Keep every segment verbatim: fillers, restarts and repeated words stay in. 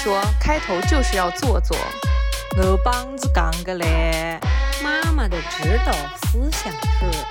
说开头就是要做作。 我帮子讲个嘞，妈妈的指导思想是。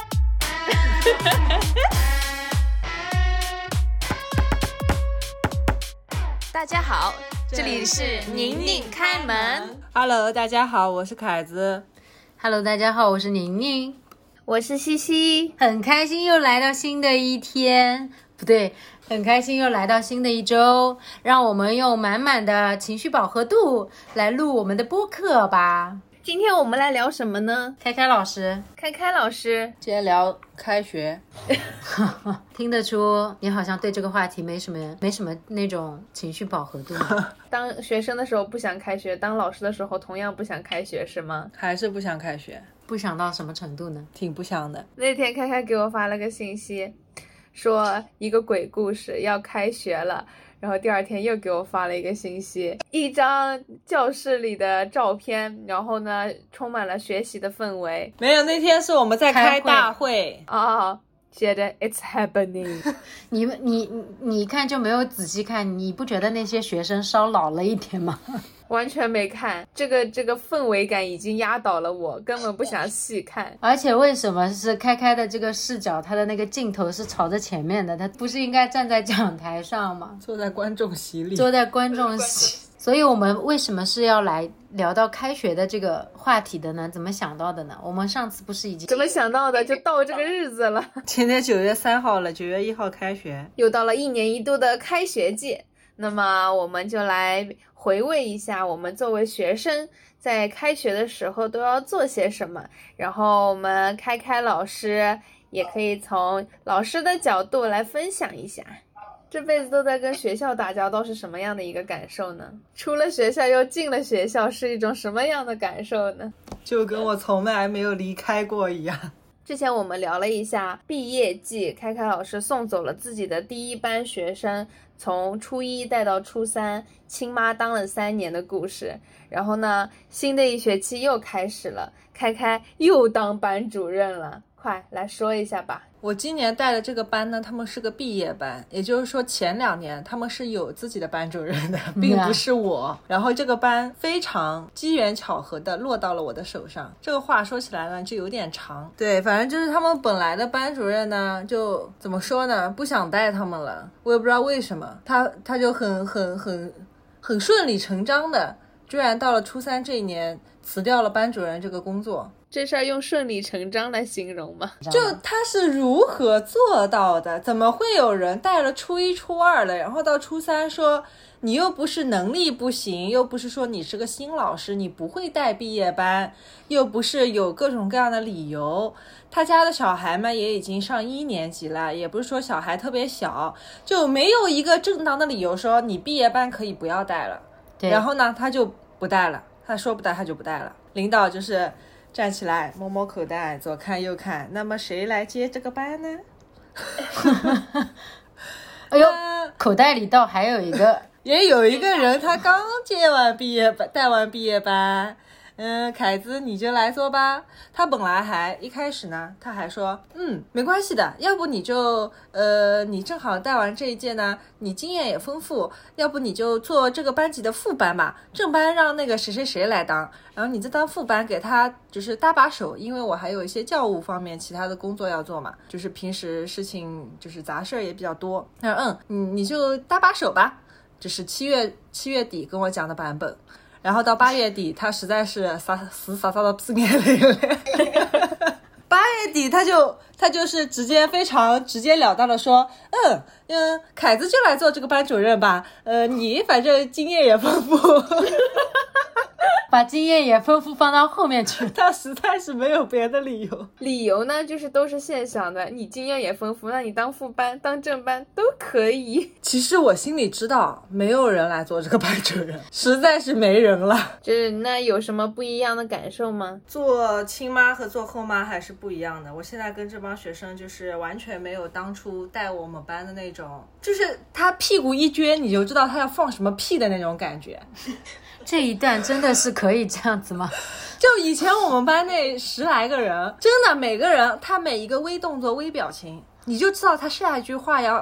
大家好，这里是宁宁开门。 Hello， 大家好，我是凯子。 Hello， 大家好，我是宁宁， 我是西西， 很开心又来到新的一天，不对，很开心又来到新的一周，让我们用满满的情绪饱和度来录我们的播客吧。 今天我们来聊什么呢？ 开开老师， 开开老师， 今天聊开学。 听得出你好像对这个话题没什么没什么那种情绪饱和度。 当学生的时候不想开学，当老师的时候同样不想开学是吗？ 还是不想开学？ 不想到什么程度呢？ 挺不想的。 那天开开给我发了个信息，说一个鬼故事要开学了，然后第二天又给我发了一个信息，一张教室里的照片，然后呢充满了学习的氛围。 没有，那天是我们在开大会啊，写着 It's happening。 你你你看就没有仔细看，你不觉得那些学生稍老了一点吗？ 完全没看，这个这个氛围感已经压倒了我，根本不想细看。 而且为什么是开开的这个视角，他的那个镜头是朝着前面的，他不是应该站在讲台上吗？ 坐在观众席里， 坐在观众席。所以我们为什么是要来聊到开学的这个话题的呢？怎么想到的呢？我们上次不是已经怎么想到的，就到这个日子了。 今天九月三号了，九月一号开学， 又到了一年一度的开学季。那么我们就来回味一下我们作为学生在开学的时候都要做些什么，然后我们开开老师也可以从老师的角度来分享一下，这辈子都在跟学校打交道是什么样的一个感受呢？出了学校又进了学校是一种什么样的感受呢？ 就跟我从来没有离开过一样。 之前我们聊了一下毕业季，开开老师送走了自己的第一班学生，从初一带到初三，亲妈当了三年的故事。然后呢，新的一学期又开始了，开开又当班主任了，快来说一下吧。 我今年带的这个班呢，他们是个毕业班，也就是说前两年他们是有自己的班主任的，并不是我。然后这个班非常机缘巧合的落到了我的手上。这个话说起来呢就有点长，对，反正就是他们本来的班主任呢，就怎么说呢，不想带他们了，我也不知道为什么，他他就很很很很顺理成章的，居然到了初三这一年辞掉了班主任这个工作。 这事儿用顺理成章来形容吗？ 就他是如何做到的？怎么会有人带了初一初二了，然后到初三说你又不是能力不行，又不是说你是个新老师你不会带毕业班，又不是有各种各样的理由。他家的小孩们也已经上一年级了，也不是说小孩特别小，就没有一个正当的理由说你毕业班可以不要带了。然后呢他就不带了，他说不带他就不带了。领导就是站起来摸摸口袋，左看右看，那么谁来接这个班呢？ 哎呦，口袋里倒还有一个也有一个人他刚接完毕业班，带完毕业班，嗯，凯子你就来做吧。他本来还一开始呢他还说嗯没关系的，要不你就呃你正好带完这一届呢，你经验也丰富，要不你就做这个班级的副班吧，正班让那个谁谁谁来当，然后你再当副班给他就是搭把手，因为我还有一些教务方面其他的工作要做嘛，就是平时事情就是杂事也比较多。他说嗯你你就搭把手吧，这是七月七月底跟我讲的版本。然后到八月底他实在是死死傻傻的不眼泪，八月底他就他就是直接非常直截了当的说嗯嗯，凯子就来做这个班主任吧，呃你反正经验也丰富。 把经验也丰富放到后面去， 他实在是没有别的理由。 理由呢就是都是现想的，你经验也丰富，那你当副班当正班都可以。 其实我心里知道没有人来做这个班主任，实在是没人了。 就是那有什么不一样的感受吗？ 做亲妈和做后妈还是不一样的。我现在跟这帮学生就是完全没有当初带我们班的那种，就是他屁股一撅你就知道他要放什么屁的那种感觉。 这一段真的是可以这样子吗？ 就以前我们班那十来个人，真的每个人他每一个微动作微表情，你就知道他下一句话要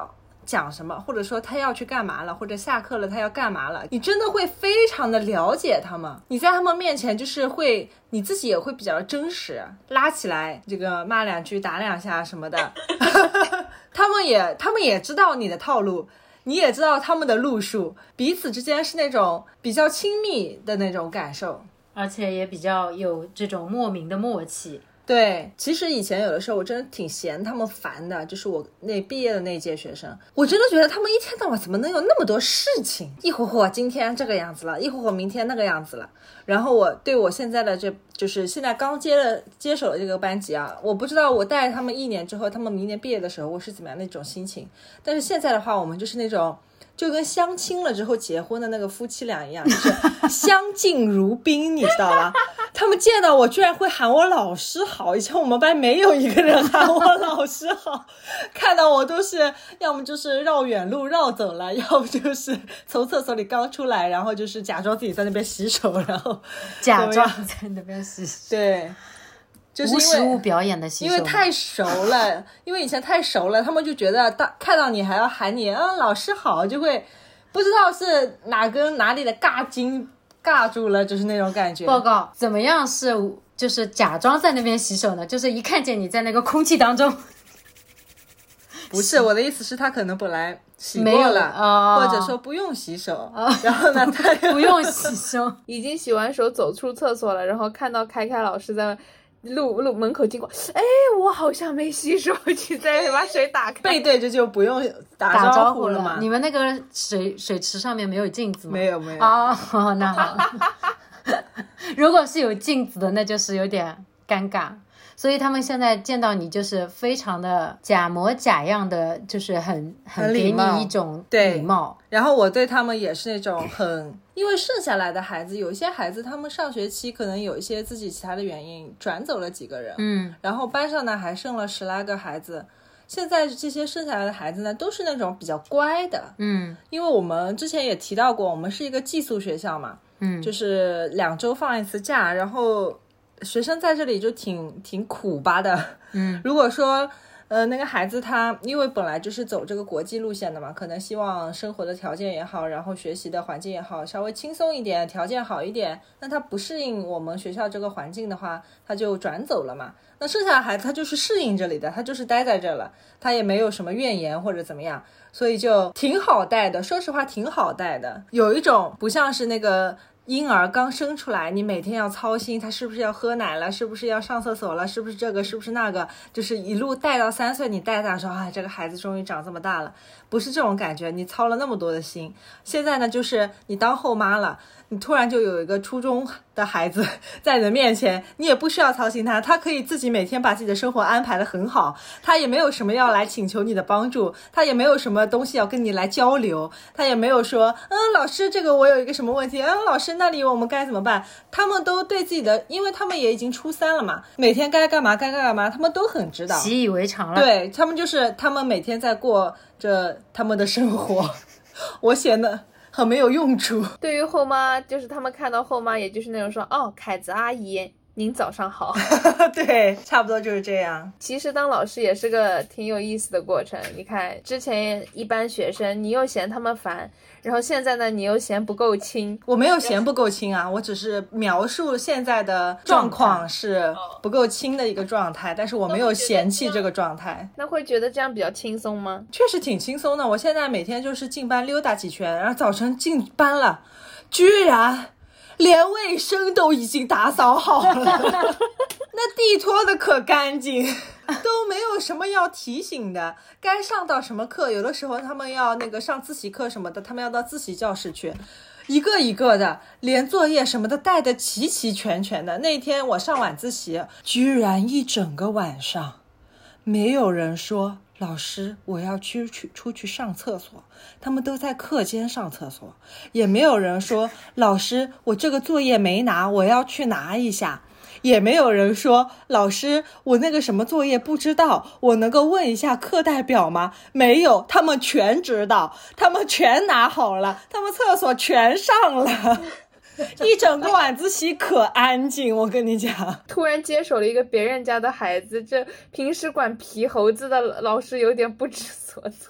讲什么，或者说他要去干嘛了，或者下课了他要干嘛了，你真的会非常的了解他们，你在他们面前就是会你自己也会比较真实，拉起来这个骂两句打两下什么的他们也他们也知道你的套路，你也知道他们的路数，彼此之间是那种比较亲密的那种感受， 而且也比较有这种莫名的默契。 对，其实以前有的时候我真的挺嫌他们烦的，就是我那毕业的那届学生，我真的觉得他们一天到晚怎么能有那么多事情，一会儿会今天这个样子了，一会儿会明天那个样子了。然后我对我现在的这就是现在刚接了接手了这个班级啊，我不知道我带他们一年之后，他们明年毕业的时候我是怎么样的一种心情，但是现在的话我们就是那种就跟相亲了之后结婚的那个夫妻俩一样，就是相敬如宾你知道吧他们见到我居然会喊我老师好，以前我们班没有一个人喊我老师好看到我都是要么就是绕远路绕走了，要不就是从厕所里刚出来，然后就是假装自己在那边洗手，然后假装在那边洗手， 对，就是无实物表演的洗手， 因为太熟了因为以前太熟了，他们就觉得到看到你还要喊你嗯老师好，就会不知道是哪根哪里的尬筋尬住了，就是那种感觉。 报告怎么样是就是假装在那边洗手呢？就是一看见你在那个空气当中不是，我的意思是他可能本来洗没有过了、 哦、 或者说不用洗手、哦、然后呢他不用洗手已经洗完手走出厕所了，然后看到凯凯老师在路路门口经过，哎，我好像没洗手，去再把水打开， 背对着就不用打招呼了嘛。 你们那个水水池上面没有镜子吗？ 没有没有哦，那好如果是有镜子的那就是有点尴尬，所以他们现在见到你就是非常的假模假样的，就是很很给你一种礼貌。 然后我对他们也是那种很因为剩下来的孩子，有一些孩子他们上学期可能有一些自己其他的原因转走了几个人， 嗯， 然后班上呢还剩了十来个孩子，现在这些剩下来的孩子呢都是那种比较乖的， 嗯， 因为我们之前也提到过，我们是一个寄宿学校嘛， 嗯， 就是两周放一次假，然后学生在这里就挺挺苦巴的， 嗯， 如果说呃，那个孩子他因为本来就是走这个国际路线的嘛，可能希望生活的条件也好，然后学习的环境也好，稍微轻松一点，条件好一点，那他不适应我们学校这个环境的话，他就转走了嘛。那剩下的孩子他就是适应这里的，他就是待在这了，他也没有什么怨言或者怎么样，所以就挺好带的，说实话挺好带的，有一种不像是那个婴儿刚生出来你每天要操心他是不是要喝奶了，是不是要上厕所了，是不是这个是不是那个，就是一路带到三岁，你带大说啊，这个孩子终于长这么大了，不是这种感觉，你操了那么多的心。现在呢就是你当后妈了，你突然就有一个初中的孩子在你的面前，你也不需要操心他，他可以自己每天把自己的生活安排得很好，他也没有什么要来请求你的帮助，他也没有什么东西要跟你来交流，他也没有说嗯老师这个我有一个什么问题，嗯老师那里我们该怎么办，他们都对自己的，因为他们也已经初三了嘛，每天该干嘛该干嘛他们都很知道， 习以为常了。 对，他们就是他们每天在过着他们的生活我显得很没有用处。 对于后妈，就是他们看到后妈也就是那种说哦凯子阿姨您早上好对，差不多就是这样。 其实当老师也是个挺有意思的过程，你看之前一般学生你又嫌他们烦，然后现在呢你又嫌不够亲。 我没有嫌不够亲啊，我只是描述现在的状况是不够亲的一个状态，但是我没有嫌弃这个状态。 那会觉得这样比较轻松吗？ 确实挺轻松的，我现在每天就是进班溜达几圈，然后早晨进班了居然连卫生都已经打扫好了那地拖的可干净都没有什么要提醒的，该上到什么课，有的时候他们要那个上自习课什么的，他们要到自习教室去，一个一个的，连作业什么的带得齐齐全全的。那天我上晚自习，居然一整个晚上没有人说老师我要去去出去上厕所，他们都在课间上厕所，也没有人说老师我这个作业没拿我要去拿一下，也没有人说老师我那个什么作业不知道我能够问一下课代表吗？没有，他们全知道，他们全拿好了，他们厕所全上了一整个晚自习可安静，我跟你讲。 突然接手了一个别人家的孩子，这平时管皮猴子的老师有点不知所措。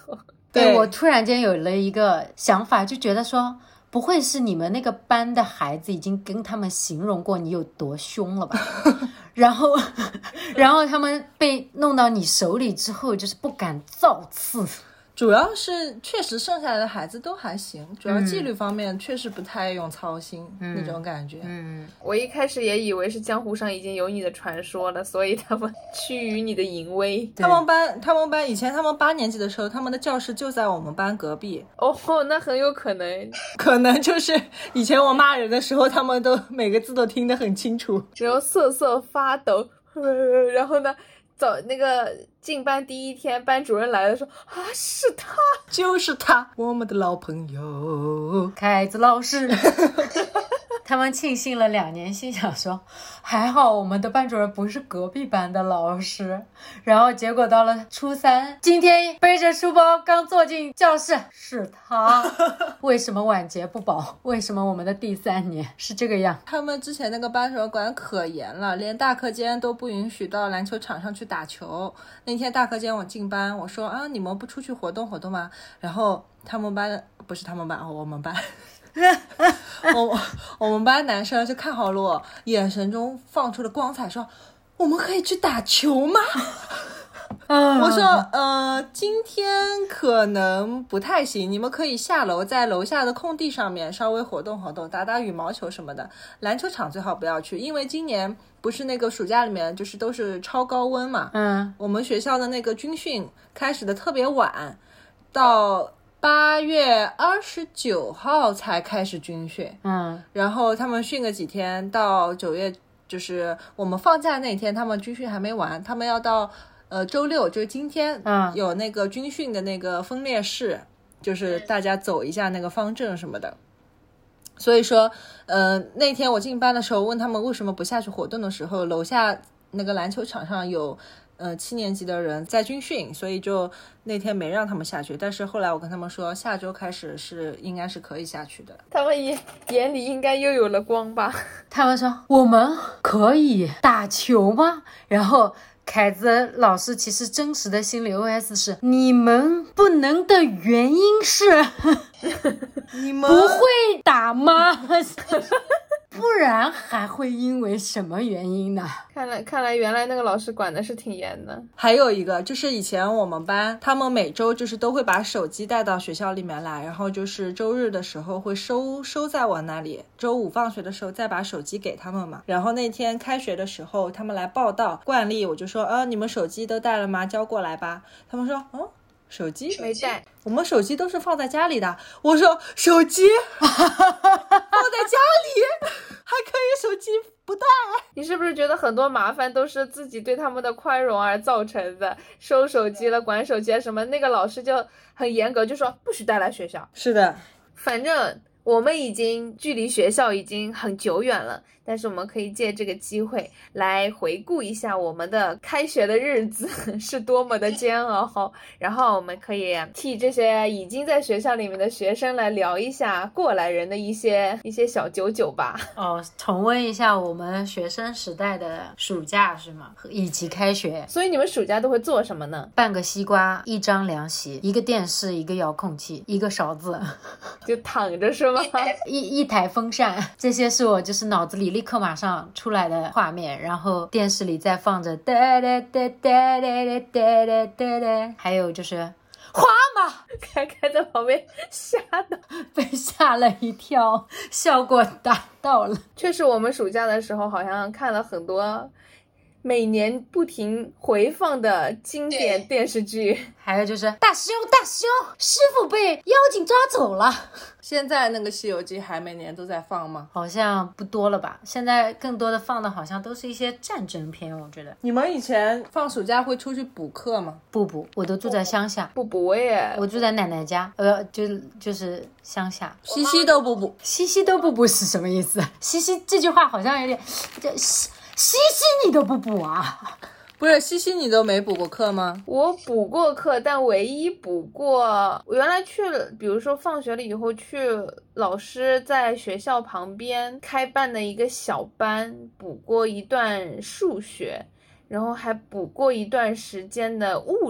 对， 我突然间有了一个想法，就觉得说不会是你们那个班的孩子已经跟他们形容过你有多凶了吧？然后然后他们被弄到你手里之后就是不敢造次。 主要是确实剩下来的孩子都还行，主要纪律方面确实不太用操心、嗯、那种感觉。 嗯， 我一开始也以为是江湖上已经有你的传说了，所以他们趋于你的淫威。 他们班他们班以前他们八年级的时候，他们的教室就在我们班隔壁。 哦，那很有可能， 可能就是以前我骂人的时候，他们都每个字都听得很清楚， 然后瑟瑟发抖，然后呢走那个进班第一天，班主任来了说啊，是他， 就是他，我们的老朋友凯子老师。他们庆幸了两年，心想说还好我们的班主任不是隔壁班的老师。然后结果到了初三，今天背着书包刚坐进教室，是他。为什么晚节不保？为什么我们的第三年是这个样？ 他们之前那个班主任管可严了，连大课间都不允许到篮球场上去打球。那天大课间我进班，我说啊，你们不出去活动活动吗？然后他们班不是他们班，我们班我我们班男生就看好了我，眼神中放出了光彩，说我们可以去打球吗？我说呃，今天可能不太行，你们可以下楼在楼下的空地上面稍微活动活动，打打羽毛球什么的，篮球场最好不要去，因为今年不是那个暑假里面就是都是超高温嘛， 嗯， 我们学校的那个军训开始的特别晚，到八月二十九号才开始军训， 嗯， 然后他们训个几天，到九月就是我们放假那天，他们军训还没完，他们要到呃周六，就是今天， 嗯， 有那个军训的那个分列式，就是大家走一下那个方阵什么的。所以说，呃，那天我进班的时候问他们为什么不下去活动的时候，楼下那个篮球场上有呃七年级的人在军训，所以就那天没让他们下去。但是后来我跟他们说，下周开始是应该是可以下去的。 他们眼眼里应该又有了光吧？ 他们说我们可以打球吗？然后凯子老师其实真实的心理 O S 是你们不能的原因是你们不会打吗？不然还会因为什么原因呢？ 看来看来原来那个老师管的是挺严的。 还有一个就是以前我们班他们每周就是都会把手机带到学校里面来，然后就是周日的时候会收收在我那里，周五放学的时候再把手机给他们嘛。然后那天开学的时候他们来报到，惯例我就说呃你们手机都带了吗？交过来吧。他们说哦手机没带， 我们手机都是放在家里的。我说手机放在家里还可以手机不带？ 你是不是觉得很多麻烦都是自己对他们的宽容而造成的？收手机了，管手机啊什么，那个老师就很严格，就说不许带来学校。 是的， 反正我们已经距离学校已经很久远了，但是我们可以借这个机会来回顾一下我们的开学的日子是多么的煎熬，然后我们可以替这些已经在学校里面的学生来聊一下过来人的一些一些小九九吧。 哦，重温一下我们学生时代的暑假是吗？以及开学。 所以你们暑假都会做什么呢？ 半个西瓜，一张凉席，一个电视，一个遥控器，一个勺子， 就躺着是吗？ 一一台风扇，这些是我就是脑子里立刻马上出来的画面。然后电视里在放着哒哒哒哒哒哒哒哒哒，还有就是花嘛， 开开在旁边吓到， 被吓了一跳，效果达到了。 确实我们暑假的时候好像看了很多每年不停回放的经典电视剧。 还有就是大师兄大师兄，师傅被妖精抓走了。 现在那个西游记还每年都在放吗？ 好像不多了吧，现在更多的放的好像都是一些战争片。我觉得你们以前放暑假会出去补课吗？ 不补，我都住在乡下。 不补耶， 我住在奶奶家，呃，就就是乡下。 西西都不补， 西西都不补是什么意思？西西这句话好像有点，这西西西你都不补啊？ 不是西西，你都没补过课吗？ 我补过课，但唯一补过，我原来去了，比如说放学了以后去老师在学校旁边开办的一个小班，补过一段数学，然后还补过一段时间的物理。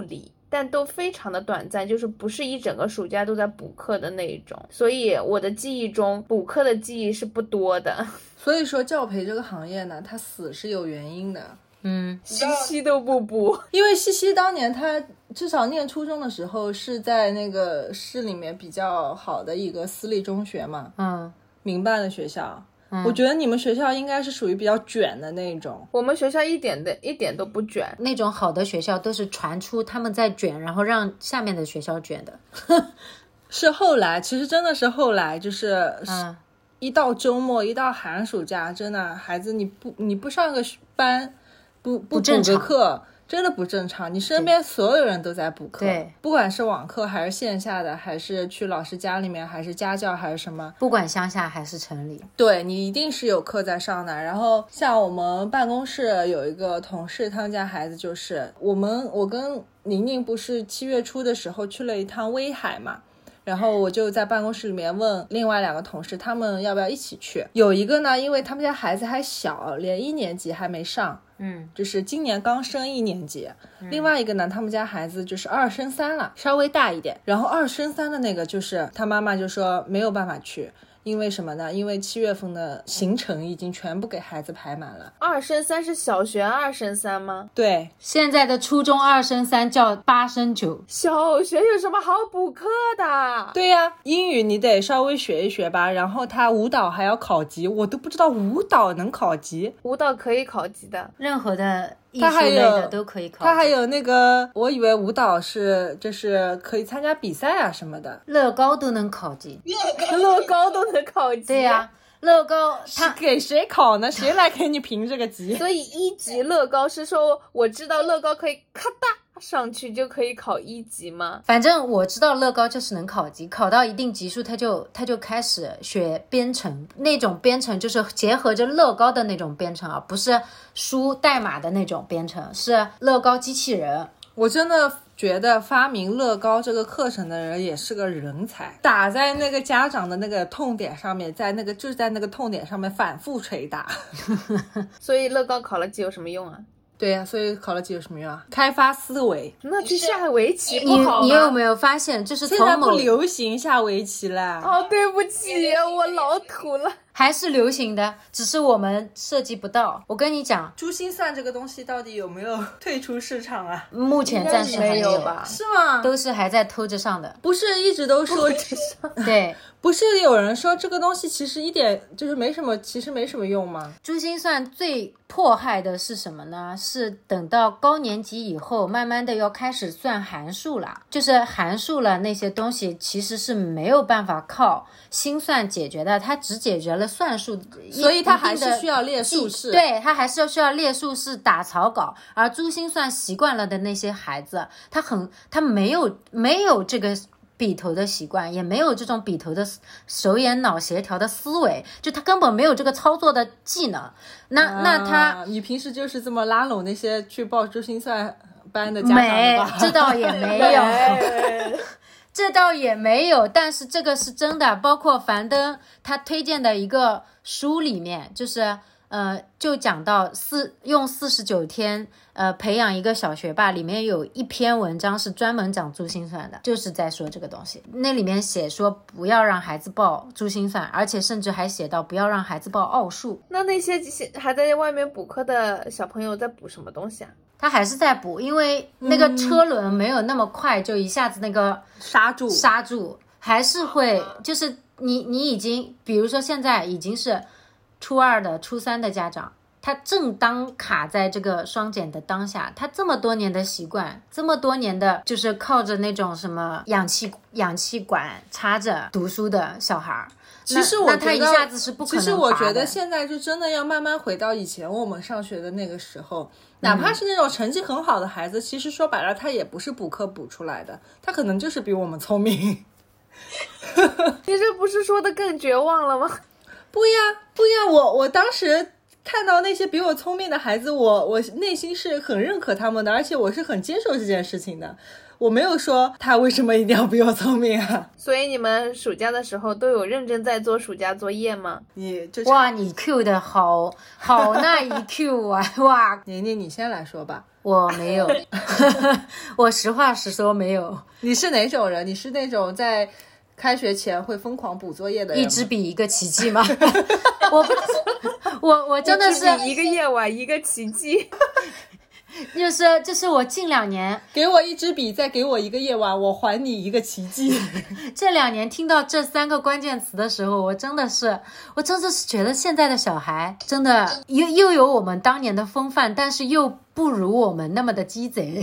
但都非常的短暂，就是不是一整个暑假都在补课的那一种，所以我的记忆中补课的记忆是不多的。 所以说教培这个行业呢，它死是有原因的。 嗯， 西西都不补， 因为西西当年他至少念初中的时候是在那个市里面比较好的一个私立中学嘛， 嗯， 民办的学校。嗯、我觉得你们学校应该是属于比较卷的那种。 我们学校一点的一点都不卷， 那种好的学校都是传出他们在卷，然后让下面的学校卷的。 是后来，其实真的是后来，就是、 嗯、 一到周末，一到寒暑假，真的孩子你不你不上个班，不不补个课。真的不正常，你身边所有人都在补课， 对， 不管是网课还是线下的，还是去老师家里面，还是家教还是什么， 不管乡下还是城里， 对，你一定是有课在上的。然后像我们办公室有一个同事，他们家孩子就是我们，我跟宁宁不是七月初的时候去了一趟威海嘛，然后我就在办公室里面问另外两个同事他们要不要一起去。有一个呢，因为他们家孩子还小，连一年级还没上，嗯，就是今年刚升一年级、嗯、另外一个呢，他们家孩子就是二升三了，稍微大一点。然后二升三的那个就是他妈妈就说没有办法去，因为什么呢？因为七月份的行程已经全部给孩子排满了。 二升三是小学二升三吗？ 对， 现在的初中二升三叫八升九。 小学有什么好补课的？ 对呀、啊，英语你得稍微学一学吧，然后他舞蹈还要考级，我都不知道舞蹈能考级。 舞蹈可以考级的， 任何的艺术类的都可以考级。 他还有那个，我以为舞蹈是就是可以参加比赛啊什么的， 乐高都能考级， 乐高都能考级。 对呀、啊，乐高他给谁考呢？谁来给你评这个级？ 所以一级乐高是说，我知道乐高可以咔嗒上去就可以考一级吗？ 反正我知道乐高就是能考级，考到一定级数他就他就开始学编程，那种编程就是结合着乐高的那种编程啊，不是输代码的那种编程，是乐高机器人。 我真的觉得发明乐高这个课程的人也是个人才，打在那个家长的那个痛点上面，在那个就是在那个痛点上面反复捶打。 所以乐高考了级有什么用啊？ 对呀、啊，所以考了级有什么用啊？开发思维。 那去下围棋不好吗？ 你你有没有发现，就是从某现在不流行下围棋了。 哦，对不起，我老土了。 还是流行的，只是我们涉及不到。我跟你讲， 珠心算这个东西到底有没有退出市场啊？ 目前暂时还没有吧？ 是吗？ 都是还在偷着上的。 不是一直都说对， 不是有人说这个东西其实一点就是没什么，其实没什么用吗？ 珠心算最迫害的是什么呢？是等到高年级以后，慢慢的要开始算函数了，就是函数了那些东西其实是没有办法靠心算解决的，它只解决了算术， 所以它还是需要列数式。 对，它还是需要列数式打草稿。而珠心算习惯了的那些孩子，他很他没有没有这个笔头的习惯，也没有这种笔头的手眼脑协调的思维，就他根本没有这个操作的技能。那、啊、那他， 你平时就是这么拉拢那些去报珠心算班的家长的吧？ 没，这倒也没有。这倒也没有，但是这个是真的。包括樊登他推荐的一个书里面，就是呃，就讲到四用四十九天呃培养一个小学霸，里面有一篇文章是专门讲珠心算的，就是在说这个东西。那里面写说不要让孩子报珠心算，而且甚至还写到不要让孩子报奥数。 那那些还在外面补课的小朋友在补什么东西啊？ 他还是在补，因为那个车轮没有那么快就一下子那个刹住刹住，还是会就是你你已经比如说现在已经是初二的初三的家长，他正当卡在这个双减的当下，他这么多年的习惯，这么多年的就是靠着那种什么氧气氧气管插着读书的小孩， 其实我觉得那他一下子是不可能。 其实我觉得现在就真的要慢慢回到以前我们上学的那个时候，哪怕是那种成绩很好的孩子、嗯、其实说白了他也不是补课补出来的，他可能就是比我们聪明。 你这不是说的更绝望了吗？ 不呀不呀，我我当时看到那些比我聪明的孩子，我我内心是很认可他们的，而且我是很接受这件事情的。 我没有说他为什么一定要比我聪明啊。 所以你们暑假的时候都有认真在做暑假作业吗？ 你就哇，你 Q 的好好那一 Q 啊，哇！ 年年你先来说吧。 我没有，我实话实说没有。 你是哪种人？你是那种在开学前会疯狂补作业的人吗？ 一支笔一个奇迹吗？我不，我我真的是一个夜晚一个奇迹。 就是就是我近两年给我一支笔，再给我一个夜晚，我还你一个奇迹。 这两年听到这三个关键词的时候，我真的是我真的是觉得现在的小孩真的又又有我们当年的风范，但是又不如我们那么的鸡贼。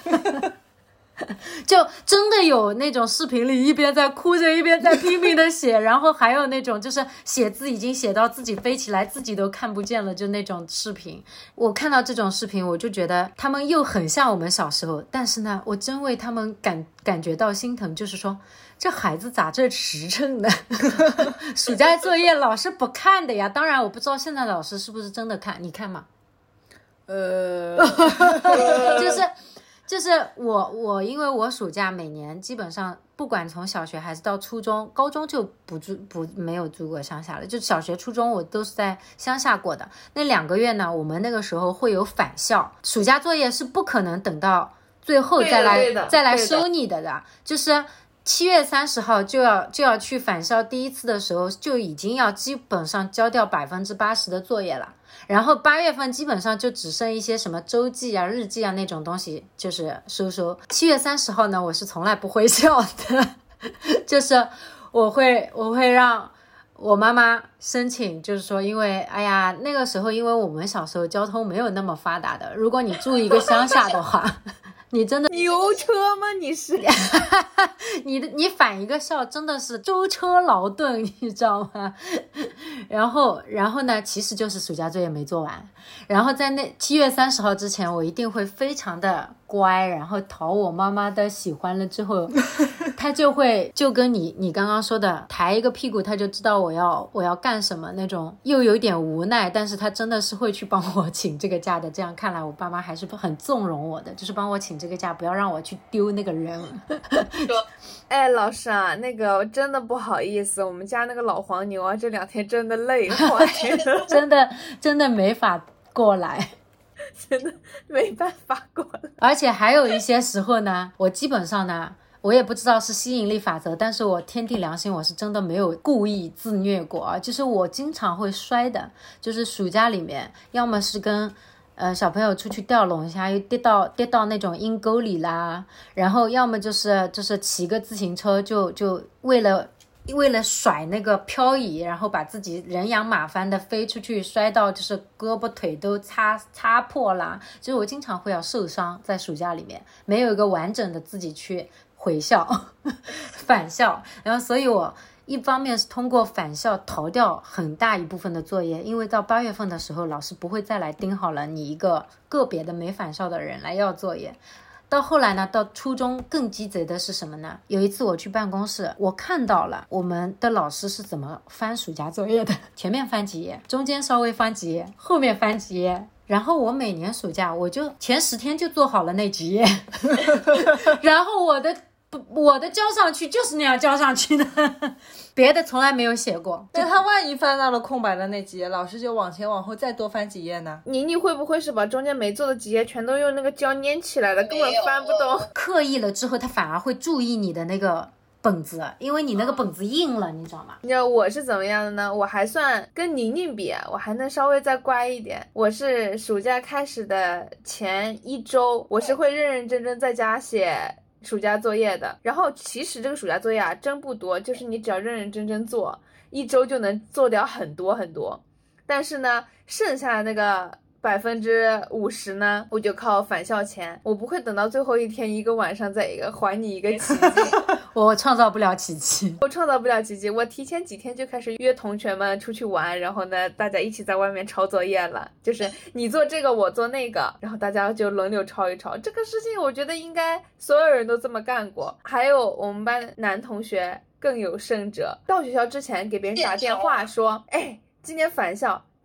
就真的有那种视频里一边在哭着一边在拼命的写，然后还有那种就是写字已经写到自己飞起来自己都看不见了，就那种视频。我看到这种视频我就觉得他们又很像我们小时候，但是呢我真为他们感感觉到心疼，就是说这孩子咋这实诚呢？暑假作业老师不看的呀。当然我不知道现在老师是不是真的看，你看吗？ 呃就是就是我我因为我暑假每年基本上不管从小学还是到初中，高中就不住不没有住过乡下了，就小学初中我都是在乡下过的。那两个月呢，我们那个时候会有返校，暑假作业是不可能等到最后再来再来收你的的，就是七月三十号就要就要去返校，第一次的时候就已经要基本上交掉百分之八十的作业了。然后八月份基本上就只剩一些什么周记啊日记啊那种东西就是收收。七月三十号呢我是从来不回校的，就是我会我会让我妈妈申请，就是说因为哎呀那个时候因为我们小时候交通没有那么发达的，如果你住一个乡下的话你真的牛车吗？你是你的你返一个校真的是舟车劳顿，你知道吗？然后然后呢，其实就是暑假作业没做完，然后在那七月三十号之前，我一定会非常的乖，然后讨我妈妈的喜欢了之后，她就会就跟你你刚刚说的抬一个屁股，她就知道我要我要干什么那种，又有点无奈，但是她真的是会去帮我请这个假的。这样看来，我爸妈还是很纵容我的，就是帮我请这个假，不要让我去丢那个人。 哎，老师啊，那个真的不好意思，我们家那个老黄牛啊，这两天真的累坏了， 真的真的没法过来， 真的没办法过来。 而且还有一些时候呢，我基本上呢，我也不知道是吸引力法则，但是我天地良心，我是真的没有故意自虐过啊，就是我经常会摔的，就是暑假里面，要么是跟呃，小朋友出去钓龙虾，又跌到跌到那种阴沟里啦，然后要么就是就是骑个自行车就就为了为了甩那个漂移，然后把自己人仰马翻的飞出去，摔到就是胳膊腿都擦擦破啦。就是我经常会要受伤，在暑假里面没有一个完整的自己去回校返校，然后所以我一方面是通过返校逃掉很大一部分的作业，因为到八月份的时候老师不会再来盯好了你一个个别的没返校的人来要作业。到后来呢，到初中更鸡贼的是什么呢？有一次我去办公室，我看到了我们的老师是怎么翻暑假作业的，前面翻几页，中间稍微翻几页，后面翻几页，然后我每年暑假我就前十天就做好了那几页然后我的我的交上去就是那样交上去的别的从来没有写过。 那他万一翻到了空白的那几页，老师就往前往后再多翻几页呢？ 妮妮会不会是把中间没做的几页全都用那个胶粘起来了，根本翻不动？ 刻意了之后他反而会注意你的那个本子，因为你那个本子硬了，你知道吗？ 你知道我是怎么样的呢？我还算跟宁宁比，我还能稍微再乖一点。我是暑假开始的前一周，我是会认认真真在家写暑假作业的。然后其实这个暑假作业啊真不多，就是你只要认认真真做，一周就能做掉很多很多。但是呢，剩下的那个百分之五十呢，我就靠返校前，我不会等到最后一天一个晚上再一个还你一个奇迹我创造不了奇迹， 我创造不了奇迹，我提前几天就开始约同学们出去玩，然后呢大家一起在外面抄作业了，就是你做这个我做那个，然后大家就轮流抄一抄。这个事情我觉得应该所有人都这么干过。还有我们班男同学更有甚者，到学校之前给别人打电话说，哎，今天返校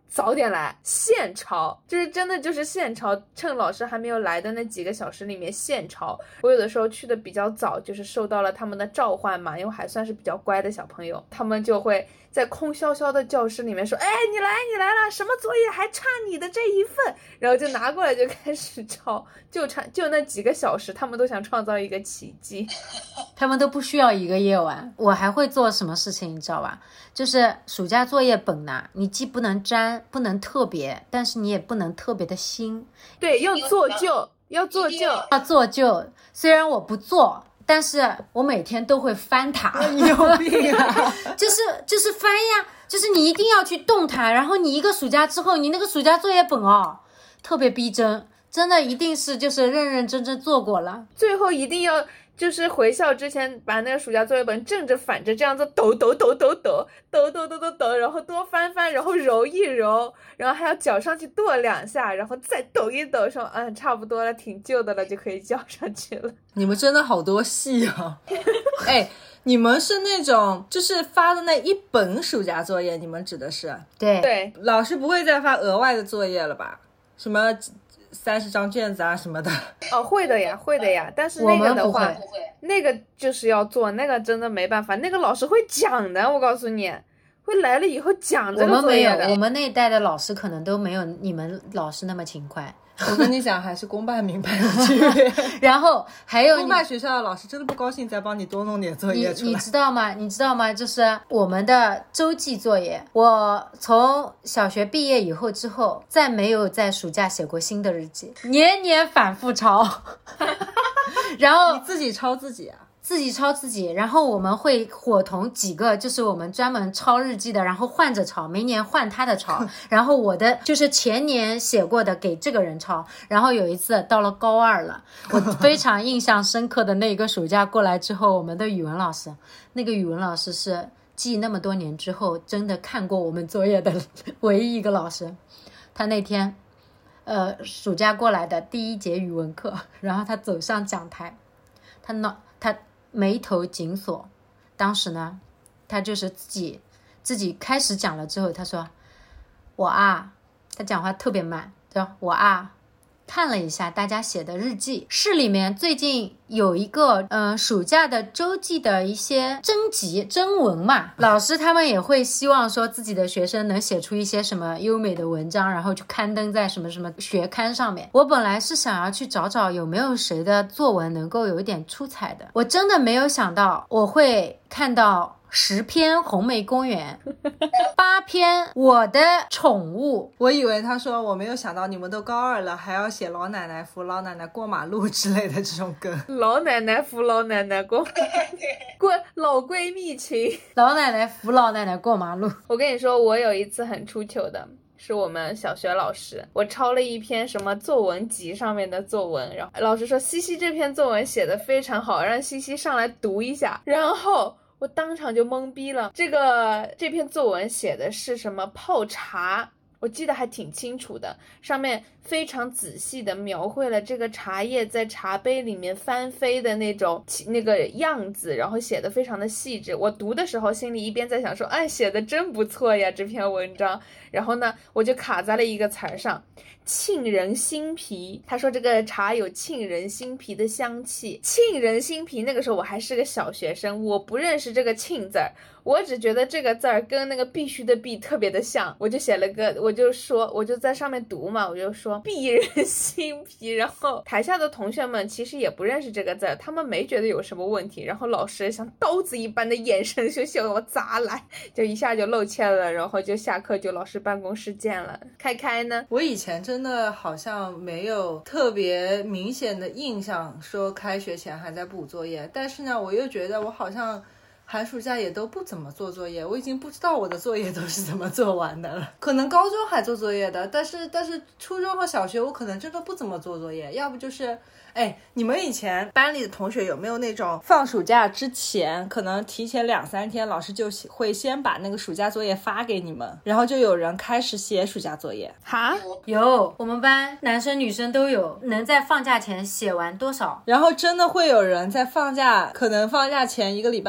早点来现抄，就是真的就是现抄，趁老师还没有来的那几个小时里面现抄。我有的时候去的比较早，就是受到了他们的召唤嘛，因为还算是比较乖的小朋友，他们就会在空萧萧的教室里面说，哎，你来你来了，什么作业还差你的这一份，然后就拿过来就开始抄，就差就那几个小时，他们都想创造一个奇迹。 他们都不需要一个夜晚。我还会做什么事情你知道吧，就是暑假作业本呐，你既不能沾不能特别，但是你也不能特别的新。 对，要做旧要做旧要做旧。虽然我不做，但是我每天都会翻它。 你有病啊就是就是翻呀，就是你一定要去动它，然后你一个暑假之后，你那个暑假作业本哦特别逼真，真的一定是就是认认真真做过了， 最后一定要就是回校之前把那个暑假作业本正着反着这样子抖抖抖抖抖抖抖抖抖抖，然后多翻翻，然后揉一揉，然后还要搅上去剁两下，然后再抖一抖，说嗯差不多了，挺旧的了，就可以搅上去了。 你们真的好多戏啊！哎，你们是那种就是发的那一本暑假作业，你们指的是？ 对对， 老师不会再发额外的作业了吧？什么三十张卷子啊什么的？ 哦，会的呀，会的呀，但是我那个的话们不会， 那个就是要做，那个真的没办法，那个老师会讲的，我告诉你，会来了以后讲这个我们没有， 作业的。 我们那一代的老师可能都没有你们老师那么勤快。 我跟你讲，还是公办民办的区别。 然后还有公办学校的老师真的不高兴再帮你多弄点作你业出来。 你知道吗？你知道吗？就是我们的周记作业，我从小学毕业以后之后，再没有在暑假写过新的日记，年年反复抄，然后你自己抄自己啊？ 自己抄自己，然后我们会伙同几个，就是我们专门抄日记的，然后换着抄，每年换他的抄，然后我的就是前年写过的给这个人抄。然后有一次到了高二了，我非常印象深刻的那个暑假过来之后，我们的语文老师，那个语文老师是继那么多年之后真的看过我们作业的唯一一个老师。他那天呃暑假过来的第一节语文课，然后他走上讲台，他脑他眉头紧锁，当时呢他就是自己自己开始讲了之后，他说我啊，他讲话特别慢，说我啊看了一下大家写的日记，市里面最近有一个嗯、呃、暑假的周记的一些征集征文嘛，老师他们也会希望说自己的学生能写出一些什么优美的文章，然后去刊登在什么什么学刊上面。我本来是想要去找找有没有谁的作文能够有一点出彩的，我真的没有想到我会看到十篇红梅公园，八篇我的宠物。 我以为他说我没有想到你们都高二了，还要写老奶奶扶老奶奶过马路之类的这种梗。 老奶奶扶老奶奶过过老闺蜜情。 老奶奶扶老奶奶过马路。 我跟你说，我有一次很出糗的，是我们小学老师，我抄了一篇什么作文集上面的作文，然后老师说西西这篇作文写得非常好，让西西上来读一下，然后我当场就懵逼了。这个这篇作文写的是什么泡茶，我记得还挺清楚的，上面非常仔细的描绘了这个茶叶在茶杯里面翻飞的那种那个样子，然后写的非常的细致。我读的时候心里一边在想说，哎，写的真不错呀这篇文章，然后呢我就卡在了一个词儿上，沁人心脾。他说这个茶有沁人心脾的香气，沁人心脾。那个时候我还是个小学生，我不认识这个沁字儿，我只觉得这个字儿跟那个必须的必特别的像，我就写了个，我就说我就在上面读嘛，我就说沁人心脾。然后台下的同学们其实也不认识这个字儿，他们没觉得有什么问题，然后老师像刀子一般的眼神就向我砸来，就一下就露怯了，然后就下课就老师办公室见了。开开呢， 我以前真的好像没有特别明显的印象说开学前还在补作业，但是呢我又觉得我好像寒暑假也都不怎么做作业，我已经不知道我的作业都是怎么做完的了。可能高中还做作业的，但是但是初中和小学我可能真的不怎么做作业，要不就是哎，你们以前班里的同学有没有那种放暑假之前可能提前两三天老师就会先把那个暑假作业发给你们，然后就有人开始写暑假作业？ 哈， 有，我们班男生女生都有，能在放假前写完多少？ 然后真的会有人在放假，可能放假前一个礼拜或者放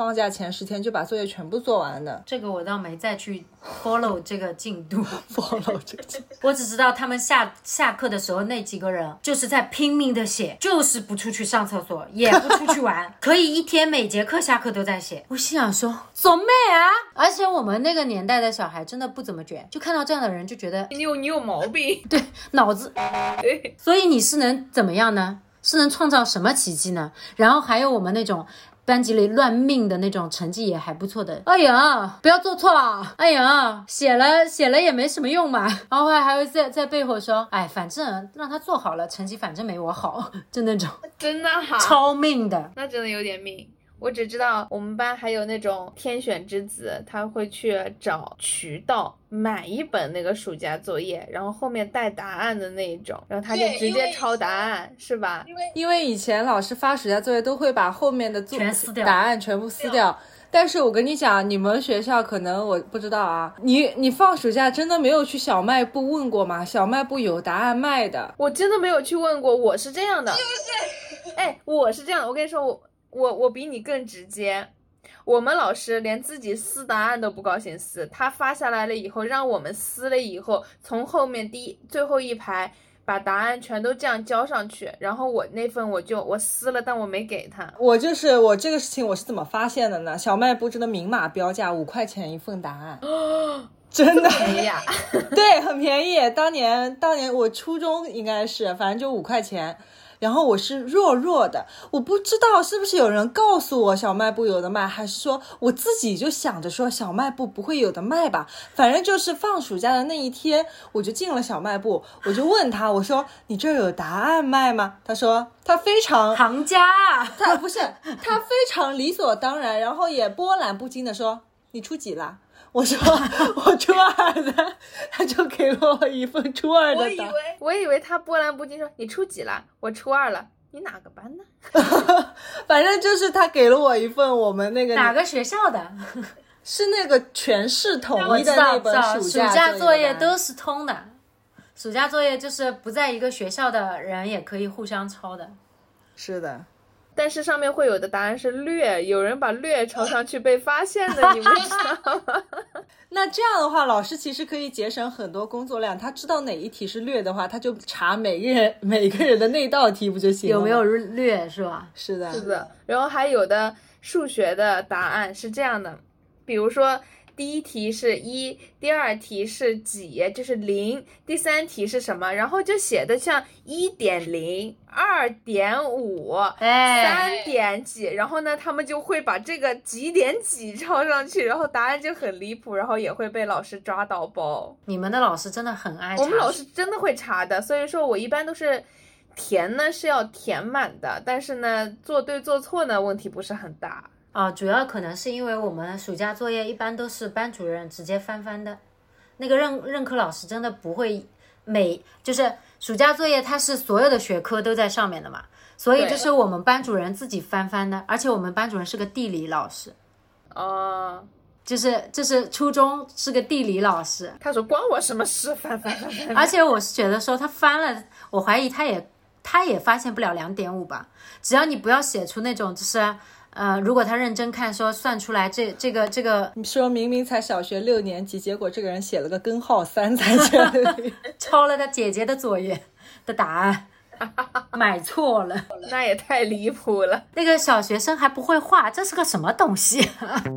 放假前十天就把作业全部做完的。 这个我倒没再去 follow 这个进度 follow 这个进度， 我只知道他们下下课的时候那几个人就是在拼命的写，就是不出去上厕所，也不出去玩，可以一天每节课下课都在写。我心想说，做妹啊！而且我们那个年代的小孩真的不怎么卷，就看到这样的人就觉得你有你有毛病， 对，脑子对， 所以你是能怎么样呢？是能创造什么奇迹呢？然后还有我们那种班级里乱命的那种，成绩也还不错的。哎呀，不要做错了！哎呀，写了写了也没什么用嘛。然后后来还会在在背后说，哎，反正让他做好了，成绩反正没我好，就那种真的哈， 超命的。 那真的有点命。我只知道我们班还有那种天选之子，他会去找渠道买一本那个暑假作业，然后后面带答案的那一种，然后他就直接抄答案，是吧？ 因为因为以前老师发暑假作业都会把后面的作全撕掉答案全部撕掉。但是我跟你讲，你们学校可能我不知道啊，你你放暑假真的没有去小卖部问过吗？小卖部有答案卖的。 我真的没有去问过，我是这样的，是不是？哎，我是这样的，我跟你说，我我我比你更直接。我们老师连自己撕答案都不高兴撕，他发下来了以后，让我们撕了以后，从后面第一最后一排把答案全都这样交上去，然后我那份我就我撕了，但我没给他。 我就是我这个事情我是怎么发现的呢？小卖部真的明码标价五块钱一份答案。真的便宜啊。 对，很便宜。当年当年我初中应该是，反正就五块钱。然后我是弱弱的，我不知道是不是有人告诉我小卖部有的卖，还是说我自己就想着说小卖部不会有的卖吧。反正就是放暑假的那一天，我就进了小卖部，我就问他，我说你这有答案卖吗？他说他非常行家啊， 他不是他非常理所当然，然后也波澜不惊的说你初几啦？我说我初二的，他就给了我一份初二的答。 我以为我以为他波澜不惊说你初几了？我初二了。你哪个班呢？ 反正就是他给了我一份我们那个哪个学校的？ 是那个全市统一的那本暑暑假作业都都是通的。暑假作业就是不在一个学校的人也可以互相抄的。 是的。 但是上面会有的答案是略，有人把略抄上去被发现的，你们知道吗？ 那这样的话，老师其实可以节省很多工作量。他知道哪一题是略的话，他就查每个人每个人的那道题不就行了吗？ 有没有略是吧？ 是的， 是的。然后还有的数学的答案是这样的，比如说第一题是一，第二题是几，就是零，第三题是什么，然后就写的像一点零、二点五、三点几，然后呢，他们就会把这个几点几抄上去，然后答案就很离谱，然后也会被老师抓到包。 你们的老师真的很爱查， 我们老师真的会查的，所以说我一般都是填呢是要填满的，但是呢，做对做错呢问题不是很大。 啊，主要可能是因为我们暑假作业一般都是班主任直接翻翻的，那个任任课老师真的不会每就是暑假作业它是所有的学科都在上面的嘛，所以就是我们班主任自己翻翻的，而且我们班主任是个地理老师。 哦， 就是就是初中是个地理老师， 他说关我什么事，翻翻翻翻。 而且我是觉得说他翻了，我怀疑他也他也发现不了两点五吧，只要你不要写出那种就是呃，如果他认真看说算出来这这个这个， 你说明明才小学六年级，结果这个人写了个根号三在这里， 抄了他姐姐的作业的答案，买错了， 那也太离谱了。 那个小学生还不会画，这是个什么东西？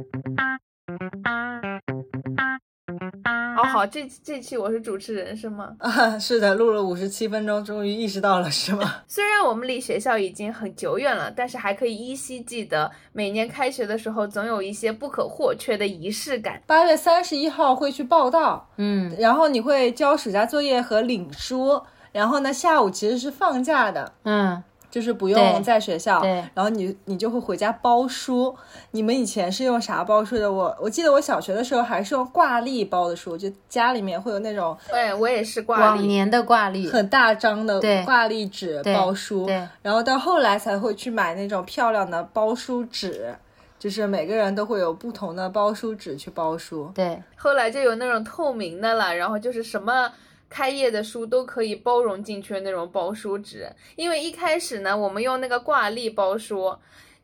哦，好，这这期我是主持人是吗？ 啊，是的，录了五十七分钟，终于意识到了是吗？ 虽然我们离学校已经很久远了，但是还可以依稀记得，每年开学的时候总有一些不可或缺的仪式感。 八月三十一号会去报到， 嗯， 然后你会交暑假作业和领书，然后呢下午其实是放假的， 嗯。 就是不用在学校， 对， 然后你你就会回家包书。你们以前是用啥包书的？我我记得我小学的时候还是用挂历包的书，就家里面会有那种， 对，我也是挂历， 往年的挂历， 很大张的挂历纸包书， 对，对， 然后到后来才会去买那种漂亮的包书纸。就是每个人都会有不同的包书纸去包书， 对， 后来就有那种透明的了，然后就是什么开页的书都可以包容进去的那种包书纸。因为一开始呢，我们用那个挂历包书，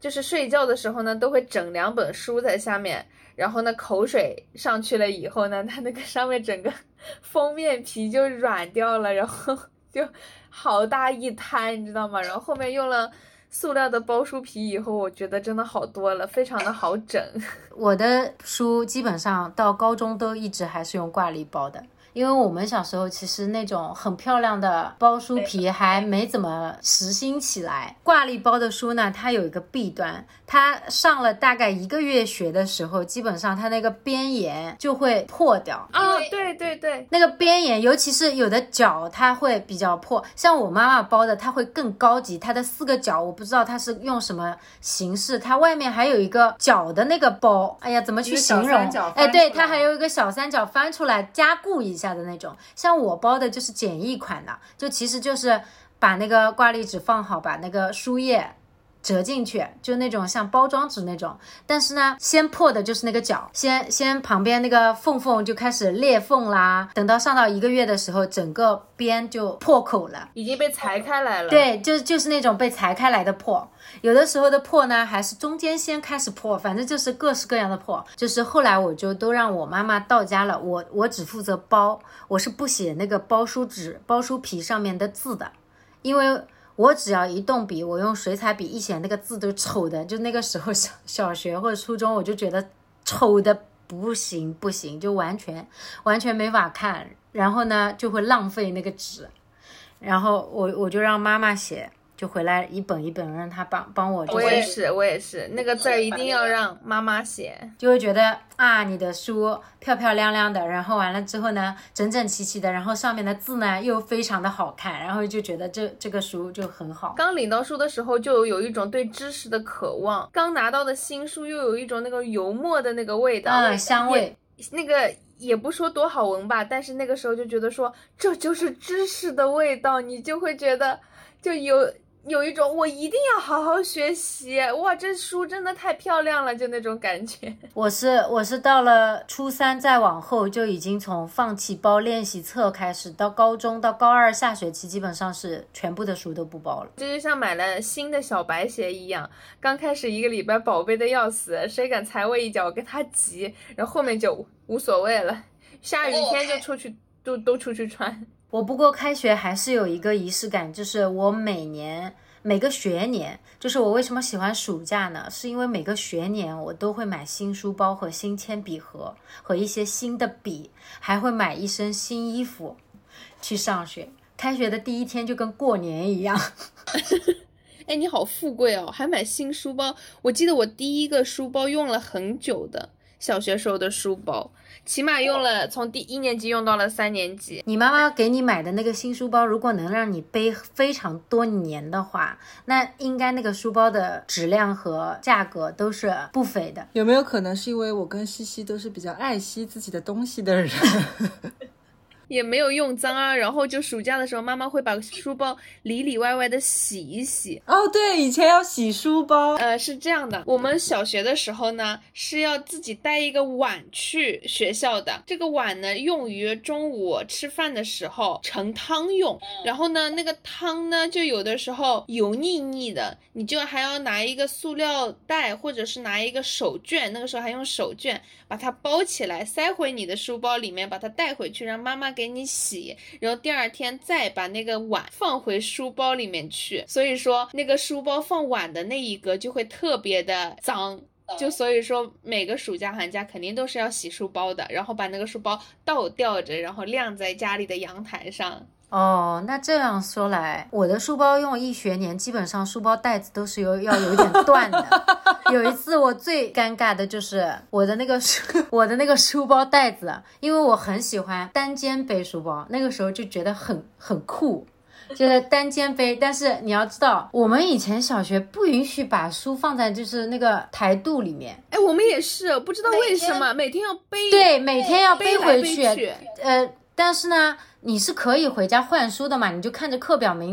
就是睡觉的时候呢，都会整两本书在下面，然后呢，口水上去了以后呢，它那个上面整个封面皮就软掉了，然后就好大一滩，你知道吗？然后后面用了塑料的包书皮以后，我觉得真的好多了，非常的好整。 我的书基本上到高中都一直还是用挂历包的。因为我们小时候其实那种很漂亮的包书皮还没怎么实行起来。挂历包的书呢，它有一个弊端，它上了大概一个月学的时候，基本上它那个边沿就会破掉。 哦，对对对， 那个边沿，尤其是有的角它会比较破，像我妈妈包的它会更高级，它的四个角我不知道它是用什么形式，它外面还有一个角的那个包，哎呀怎么去形容？哎，对，它还有一个小三角翻出来加固一下的那种。像我包的就是简易款的，就其实就是把那个挂历纸放好，把那个书页折进去，就那种像包装纸那种。但是呢，先破的就是那个角，先先旁边那个缝缝就开始裂缝啦。等到上到一个月的时候，整个边就破口了， 已经被裁开来了。 对，就就是那种被裁开来的破。有的时候的破呢，还是中间先开始破，反正就是各式各样的破。就是后来我就都让我妈妈到家了，我我只负责包，我是不写那个包书纸、包书皮上面的字的，因为我只要一动笔，我用水彩笔一写，那个字都丑的。就那个时候小小学或者初中，我就觉得丑的不行不行，就完全完全没法看。然后呢，就会浪费那个纸，然后我我就让妈妈写。就回来一本一本让他帮帮我。 我也是，我也是，那个字儿一定要让妈妈写， 就会觉得啊，你的书漂漂亮亮的，然后完了之后呢，整整齐齐的，然后上面的字呢又非常的好看，然后就觉得这这个书就很好。 刚领到书的时候就有一种对知识的渴望，刚拿到的新书又有一种那个油墨的那个味道， 嗯，香味， 那个也不说多好闻吧，但是那个时候就觉得说这就是知识的味道，你就会觉得就有。有一种我一定要好好学习，哇，这书真的太漂亮了，就那种感觉。 我是我是到了初三再往后就已经从放弃包练习册开始，到高中到高二下学期基本上是全部的书都不包了。 这就像买了新的小白鞋一样，刚开始一个礼拜宝贝的要死，谁敢踩我一脚我跟他急，然后后面就无所谓了，下雨天就出去都都出去穿。 我不过开学还是有一个仪式感，就是我每年每个学年，就是我为什么喜欢暑假呢？是因为每个学年我都会买新书包和新铅笔盒和一些新的笔，还会买一身新衣服去上学。开学的第一天就跟过年一样。 哎，你好富贵哦，还买新书包。我记得我第一个书包用了很久的，小学时候的书包，起码用了从第一年级用到了三年级。 你妈妈给你买的那个新书包，如果能让你背非常多年的话，那应该那个书包的质量和价格都是不菲的。 有没有可能是因为我跟西西都是比较爱惜自己的东西的人？ 也没有用脏啊，然后就暑假的时候，妈妈会把书包里里外外的洗一洗。 哦，对，以前要洗书包。 呃，是这样的，我们小学的时候呢，是要自己带一个碗去学校的。这个碗呢，用于中午吃饭的时候盛汤用。然后呢，那个汤呢，就有的时候油腻腻的，你就还要拿一个塑料袋，或者是拿一个手绢，那个时候还用手绢把它包起来，塞回你的书包里面，把它带回去，让妈妈给你洗，然后第二天再把那个碗放回书包里面去。所以说那个书包放碗的那一格就会特别的脏，就所以说每个暑假寒假肯定都是要洗书包的，然后把那个书包倒吊着，然后晾在家里的阳台上。 哦，那这样说来，我的书包用一学年，基本上书包带子都是有要有点断的。有一次我最尴尬的就是我的那个书，我的那个书包带子，因为我很喜欢单肩背书包，那个时候就觉得很很酷。就是单肩背，但是你要知道，我们以前小学不允许把书放在就是那个台肚里面。 哎，我们也是，不知道为什么每天要背。 对，每天要背回去。 背背去呃，但是呢，你是可以回家换书的嘛，你就看着课表明天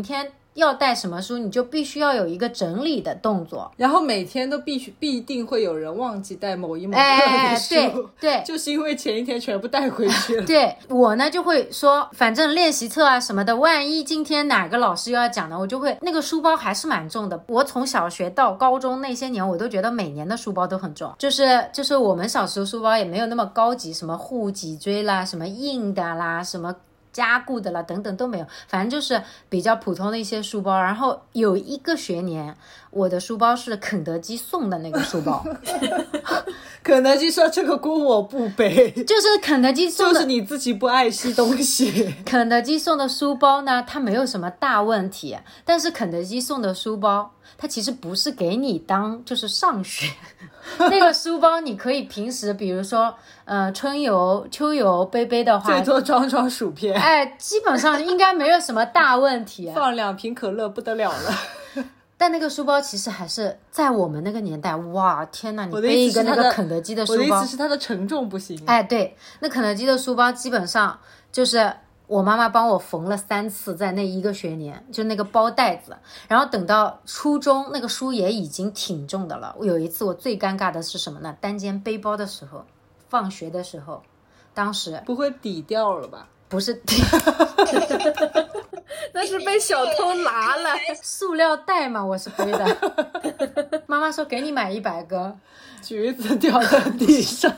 要带什么书，你就必须要有一个整理的动作， 然后每天都必须必定会有人忘记带某一门课哎， 的书， 对对， 就是因为前一天全部带回去了。 对，我呢就会说，反正练习册啊什么的，万一今天哪个老师又要讲呢，我就会那个书包还是蛮重的。我从小学到高中那些年，我都觉得每年的书包都很重，就是就是我们小时候书包也没有那么高级，什么护脊椎啦，什么硬的啦，什么加固的啦等等都没有，反正就是比较普通的一些书包。然后有一个学年我的书包是肯德基送的那个书包肯德基说这个锅我不背， 就是肯德基送的， 就是你自己不爱惜东西。 肯德基送的书包呢，它没有什么大问题，但是肯德基送的书包它其实不是给你当就是上学那个书包你可以平时比如说呃春游秋游背背的话， 最多装装薯片， 哎，基本上应该没有什么大问题放两瓶可乐不得了了。 但那个书包其实还是在我们那个年代，哇天哪，你我的背一个意思是它的那个肯德基的书包， 我的意思是它的承重不行。 哎，对，那肯德基的书包基本上就是我妈妈帮我缝了三次，在那一个学年，就那个包带子。然后等到初中，那个书也已经挺重的了。有一次我最尴尬的是什么呢？单肩背包的时候，放学的时候，当时不会抵掉了吧？ 不是那是被小偷拿了。 塑料袋嘛，我是背的。妈妈说给你买一百个， 橘子掉在地上。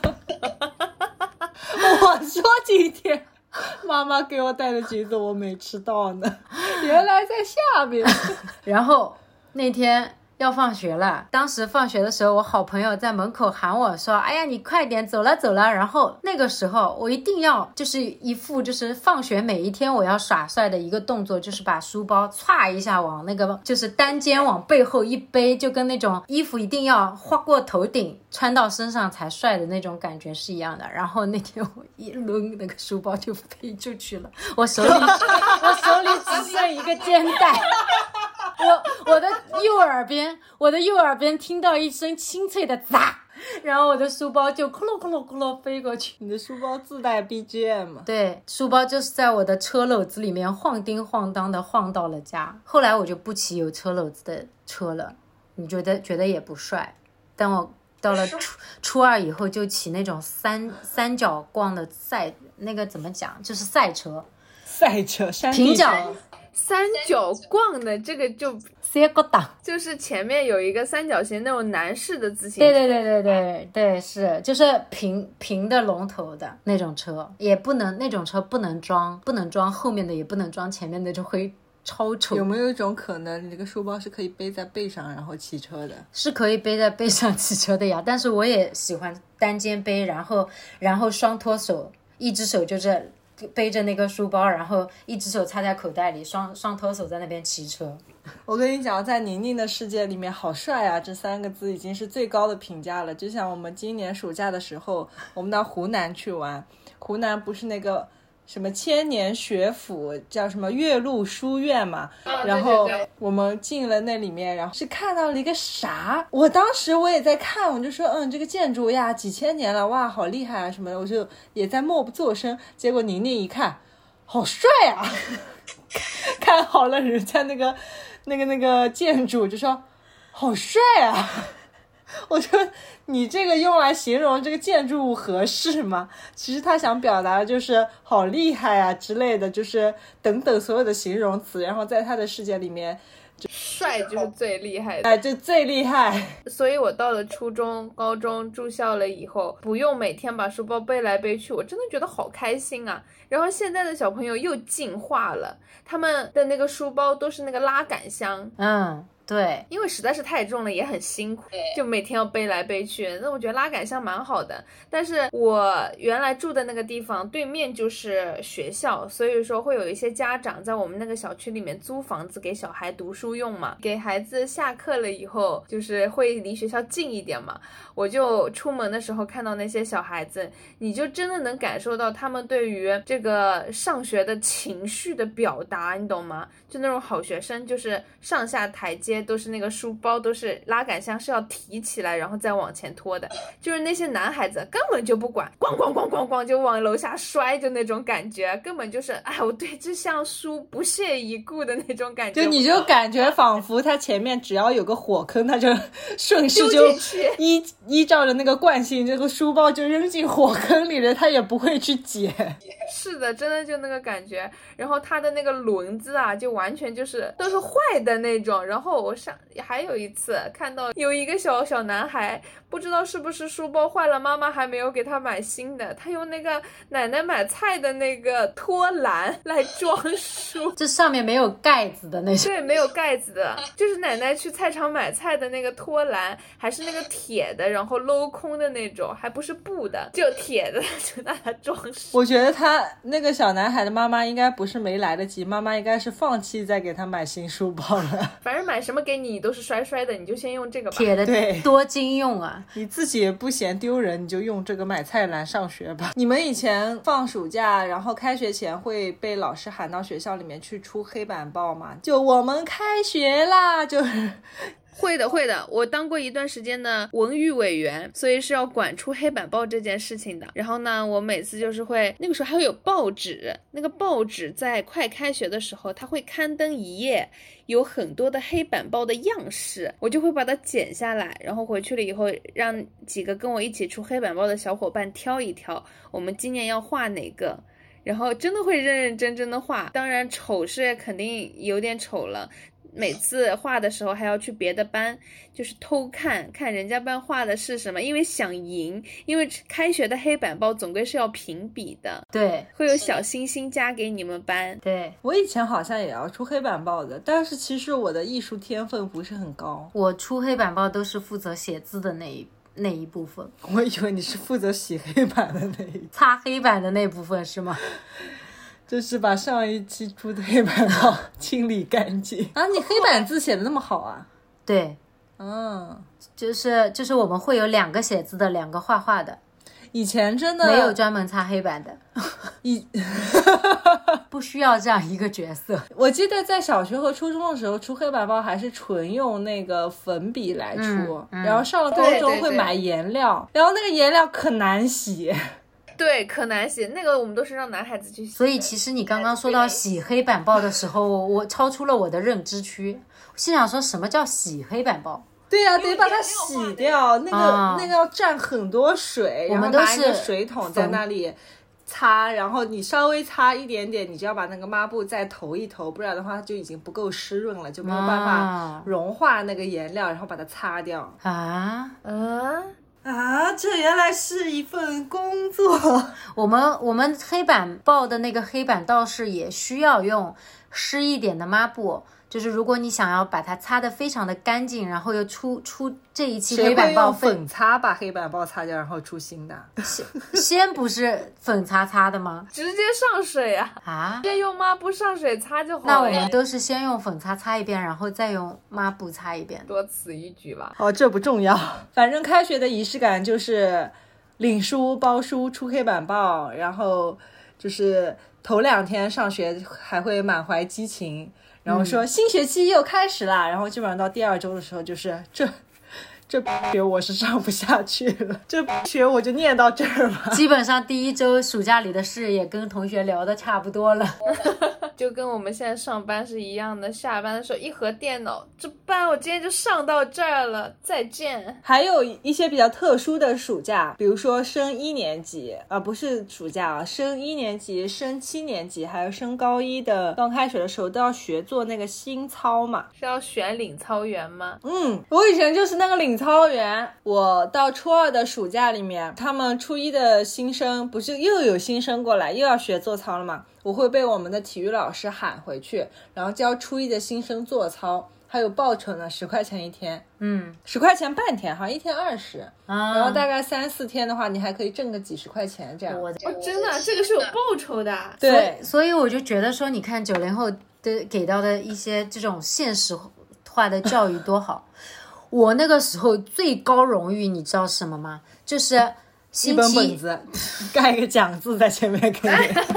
我说今天妈妈给我带的橘子我没吃到呢，原来在下面。 然后那天要放学了，当时放学的时候，我好朋友在门口喊我说，哎呀你快点走了走了。然后那个时候我一定要就是一副就是放学每一天我要耍帅的一个动作，就是把书包歘一下往那个就是单肩往背后一背，就跟那种衣服一定要划过头顶穿到身上才帅的那种感觉是一样的。然后那天我一抡那个书包就飞出去了，我手里我手里只剩一个肩带。我我的右耳边，我的右耳边听到一声清脆的砸，然后我的书包就咕噜咕噜咕噜飞过去。 你的书包自带 B G M。 对，书包就是在我的车篓子里面晃叮晃当的晃到了家。后来我就不骑有车篓子的车了，你觉得觉得也不帅。但我到了初初二以后就骑那种三三角逛的赛，那个怎么讲，就是赛车， 赛车山地平角三角逛的这个就三个档。 就是前面有一个三角形那种男士的自行车， 对对对对对对，是就是平平的龙头的那种车，也不能那种车不能装，不能装后面的，也不能装前面的，就会超丑。 有没有一种可能，你这个书包是可以背在背上然后骑车的？ 是可以背在背上骑车的呀，但是我也喜欢单肩背，然后然后双脱手，一只手就是背着那个书包，然后一只手插在口袋里，双双脱手在那边骑车。 我跟你讲，在宁宁的世界里面，好帅啊这三个字已经是最高的评价了。就像我们今年暑假的时候，我们到湖南去玩，湖南不是那个什么千年学府叫什么岳麓书院嘛、 哦、 然后对对对我们进了那里面，然后是看到了一个啥，我当时我也在看，我就说嗯这个建筑呀几千年了，哇好厉害啊什么的，我就也在默不作声。结果宁宁一看好帅啊看好了人家那个那个那个建筑就说好帅啊我说你这个用来形容这个建筑物合适吗？其实他想表达的就是好厉害啊之类的，就是等等所有的形容词，然后在他的世界里面帅就是最厉害的， 哎，就最厉害。 所以我到了初中高中住校了以后，不用每天把书包背来背去，我真的觉得好开心啊。然后现在的小朋友又进化了，他们的那个书包都是那个拉杆箱， 嗯，对， 因为实在是太重了，也很辛苦，就每天要背来背去。那我觉得拉杆箱蛮好的，但是我原来住的那个地方对面就是学校，所以说会有一些家长在我们那个小区里面租房子给小孩读书用嘛，给孩子下课了以后，就是会离学校近一点嘛。我就出门的时候看到那些小孩子，你就真的能感受到他们对于这个上学的情绪的表达，你懂吗？就那种好学生，就是上下台阶些都是那个书包都是拉杆箱是要提起来然后再往前拖的，就是那些男孩子根本就不管，咣咣咣咣咣就往楼下摔，就那种感觉，根本就是哎，我对这项书不屑一顾的那种感觉。 就你就感觉仿佛他前面只要有个火坑，他就顺势就依依照着那个惯性，这个书包就扔进火坑里了，他也不会去捡。 是的，真的就那个感觉。然后他的那个轮子啊，就完全就是都是坏的那种。然后我上还有一次看到有一个小小男孩，不知道是不是书包坏了，妈妈还没有给他买新的，他用那个奶奶买菜的那个拖篮来装书， 这上面没有盖子的那种。 对，没有盖子的，就是奶奶去菜场买菜的那个拖篮，还是那个铁的，然后镂空的那种，还不是布的，就铁的，就拿它装书。 我觉得他那个小男孩的妈妈应该不是没来得及，妈妈应该是放弃再给他买新书包了。 反正买什么给你都是摔摔的，你就先用这个吧。 铁的对， 多经用啊！ 你自己也不嫌丢人，你就用这个买菜篮上学吧。你们以前放暑假，然后开学前会被老师喊到学校里面去出黑板报吗？就我们开学啦，就是会的会的，我当过一段时间的文娱委员，所以是要管出黑板报这件事情的。然后呢，我每次就是会，那个时候还会有报纸，那个报纸在快开学的时候，它会刊登一页有很多的黑板报的样式，我就会把它剪下来，然后回去了以后让几个跟我一起出黑板报的小伙伴挑一挑，我们今年要画哪个，然后真的会认认真真的画。当然丑是肯定有点丑了，每次画的时候还要去别的班，就是偷看看人家班画的是什么，因为想赢，因为开学的黑板报总归是要评比的， 对， 会有小星星加给你们班。 对， 我以前好像也要出黑板报的，但是其实我的艺术天分不是很高。 我出黑板报都是负责写字的那一那一部分。 我以为你是负责洗黑板的那一擦黑板的那部分是吗？ 就是把上一期出的黑板报清理干净啊！你黑板字写的那么好啊？ 对， 嗯， 就是就是我们会有两个写字的，两个画画的， 以前真的没有专门擦黑板的， 以不需要这样一个角色。 我记得在小学和初中的时候出黑板报还是纯用那个粉笔来出， 嗯嗯、 然后上了高中会买颜料，然后那个颜料可难洗。 对，可难洗，那个我们都是让男孩子去洗。 所以其实你刚刚说到洗黑板报的时候，我我超出了我的认知区，我心想说什么叫洗黑板报？ 对呀、啊，得把它洗掉，那个、啊、那个要蘸很多水， 我们都是然后拿一个水桶在那里擦，然后你稍微擦一点点，你就要把那个抹布再投一投，不然的话它就已经不够湿润了，就没有办法融化那个颜料，然后把它擦掉。 啊啊啊，这原来是一份工作。 我们我们黑板报的那个黑板倒是也需要用湿一点的抹布，就是如果你想要把它擦得非常的干净，然后又出出这一期黑板报粉擦把黑板报擦掉，然后出新的。 先先不是粉擦擦的吗？ 直接上水啊！ 啊， 直接用抹布上水擦就好了。 那我们都是先用粉擦擦一遍，然后再用抹布擦一遍。 多此一举吧。 哦，这不重要。反正开学的仪式感就是领书、包书、出黑板报，然后就是头两天上学还会满怀激情。然后说新学期又开始啦、嗯、然后基本上到第二周的时候就是这这学我是上不下去了，这学我就念到这儿吧。 基本上第一周暑假里的事也跟同学聊的差不多了。 就跟我们现在上班是一样的，下班的时候一合电脑，这班我今天就上到这儿了，再见。 还有一些比较特殊的暑假，比如说升一年级啊，不是暑假啊，升一年级、升七年级，还有升高一的，刚开学的时候都要学做那个新操嘛。 是要选领操员吗？ 嗯，我以前就是那个领操员。我到初二的暑假里面，他们初一的新生不是又有新生过来，又要学做操了嘛，我会被我们的体育老师喊回去，然后教初一的新生做操，还有报酬呢，十块钱一天， 嗯， 十块钱半天，好像一天二十、 啊， 然后大概三四天的话，你还可以挣个几十块钱这样。 我哦，真的，这个是有报酬的。 对， 所以我就觉得说，你看九零后的给到的一些这种现实化的教育多好。我那个时候最高荣誉，你知道什么吗？就是星期一本本子，盖一个奖字在前面给你。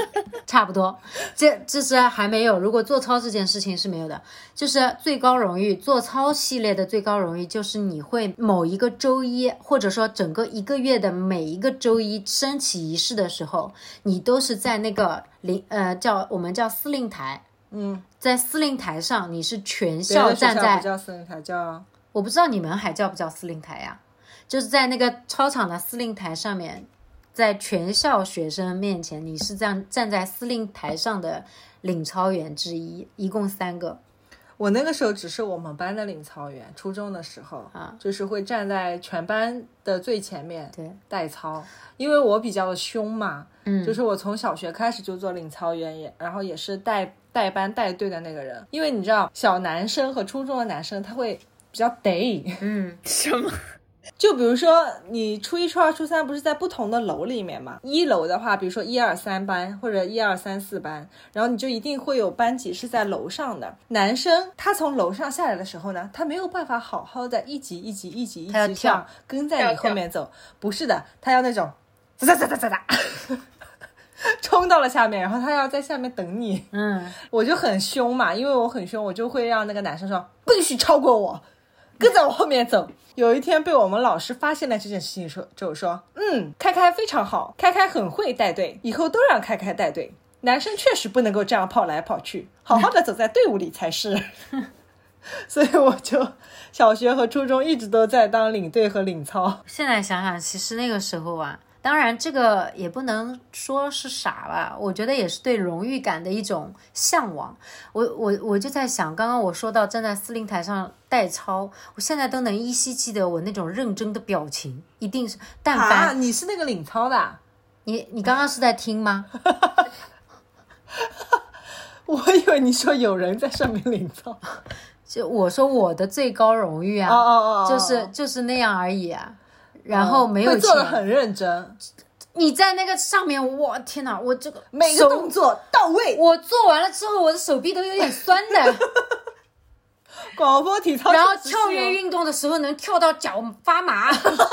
差不多。这这是还没有，如果做操这件事情是没有的，就是最高荣誉做操系列的最高荣誉就是你会某一个周一，或者说整个一个月的每一个周一升旗仪式的时候，你都是在那个领呃叫我们叫司令台， 嗯， 在司令台上你是全校站在， 不叫司令台，叫我不知道你们还叫不叫司令台呀、啊？就是在那个操场的司令台上面，在全校学生面前，你是这样站在司令台上的领操员之一，一共三个。 我那个时候只是我们班的领操员，初中的时候啊， 就是会站在全班的最前面对带操，因为我比较的凶嘛， 嗯， 就是我从小学开始就做领操员，也然后也是带带班带队的那个人，因为你知道小男生和初中的男生他会比较得， 嗯， 什么？ 就比如说你初一初二初三不是在不同的楼里面嘛，一楼的话比如说一二三班或者一二三四班，然后你就一定会有班级是在楼上的，男生他从楼上下来的时候呢，他没有办法好好的一级一级一级一级上跟在你后面走，不是的，他要那种哒哒哒哒哒冲到了下面，然后他要在下面等你， 嗯， 我就很凶嘛，因为我很凶，我就会让那个男生说不许超过我，跟在我后面走。有一天被我们老师发现了这件事情，说就说嗯，开开非常好，开开很会带队，以后都让开开带队，男生确实不能够这样跑来跑去，好好的走在队伍里才是所以我就小学和初中一直都在当领队和领操。 现在想想其实那个时候啊，当然这个也不能说是傻吧，我觉得也是对荣誉感的一种向往。我我我就在想，刚刚我说到站在司令台上带操，我现在都能依稀记得我那种认真的表情，一定是但凡、 啊、你是那个领操的、啊、 你你刚刚是在听吗我以为你说有人在上面领操就我说我的最高荣誉啊， 哦哦哦， 就是就是那样而已啊，然后没有钱， 会做得很认真， 你在那个上面，我天哪，我这个每个动作到位， 我做完了之后我的手臂都有点酸的广播体操， 然后跳跃运动的时候能跳到脚发麻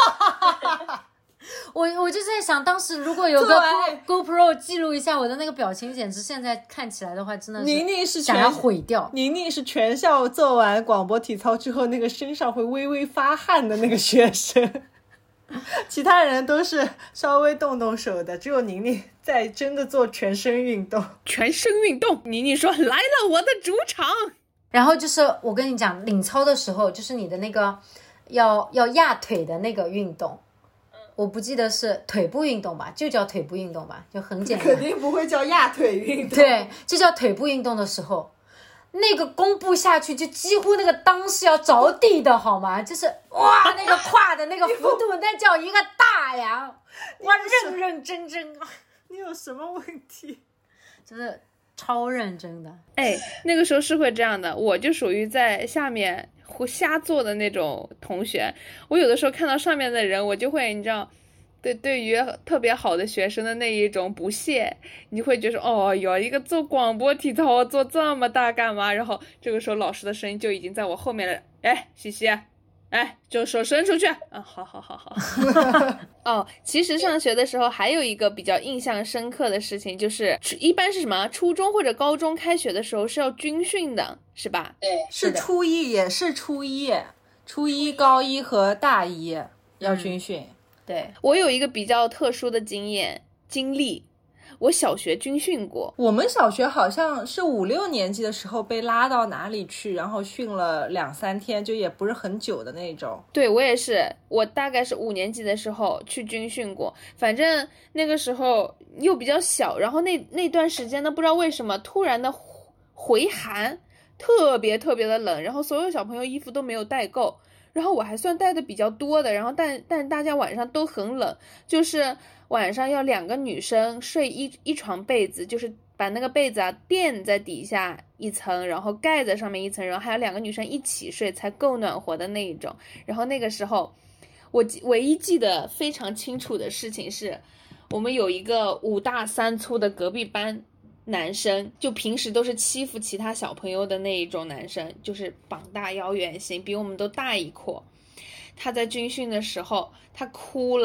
我我就在想，当时如果有个 Go, GoPro 记录一下我的那个表情，简直现在看起来的话真的是宁宁是想要毁掉。 宁宁是全校做完广播体操之后那个身上会微微发汗的那个学生其他人都是稍微动动手的，只有宁宁在真的做全身运动。 全身运动，宁宁说来了我的主场。 然后就是我跟你讲，领操的时候就是你的那个要要压腿的那个运动，我不记得是腿部运动吧，就叫腿部运动吧，就很简单， 肯定不会叫压腿运动， 对，就叫腿部运动的时候，那个弓步下去就几乎那个裆是要着地的好吗？就是哇那个胯的那个幅度那叫一个大呀，哇认认真真你有什么问题？ 就是超认真的。 哎，那个时候是会这样的，我就属于在下面瞎做的那种同学。我有的时候看到上面的人，我就会你知道对对于特别好的学生的那一种不屑，你会觉得哦有一个做广播体操做这么大干嘛？然后这个时候老师的声音就已经在我后面了，哎西西，哎就手伸出去啊，好好好好哦，其实上学的时候还有一个比较印象深刻的事情，就是一般是什么初中或者高中开学的时候是要军训的，是吧？ 对， 是初一，也是初一，初一高一和大一要军训、嗯、 对， 我有一个比较特殊的经验经历，我小学军训过。 我们小学好像是五六年级的时候被拉到哪里去，然后训了两三天，就也不是很久的那种。 对，我也是，我大概是五年级的时候去军训过，反正那个时候又比较小，然后那那段时间呢，不知道为什么突然的回寒，特别特别的冷，然后所有小朋友衣服都没有带够，然后我还算带的比较多的，然后但但大家晚上都很冷，就是晚上要两个女生睡一一床被子，就是把那个被子啊垫在底下一层，然后盖在上面一层，然后还有两个女生一起睡才够暖和的那一种。然后那个时候我唯一记得非常清楚的事情是，我们有一个五大三粗的隔壁班男生，就平时都是欺负其他小朋友的那一种男生，就是膀大腰圆形，比我们都大一阔。他在军训的时候他哭了，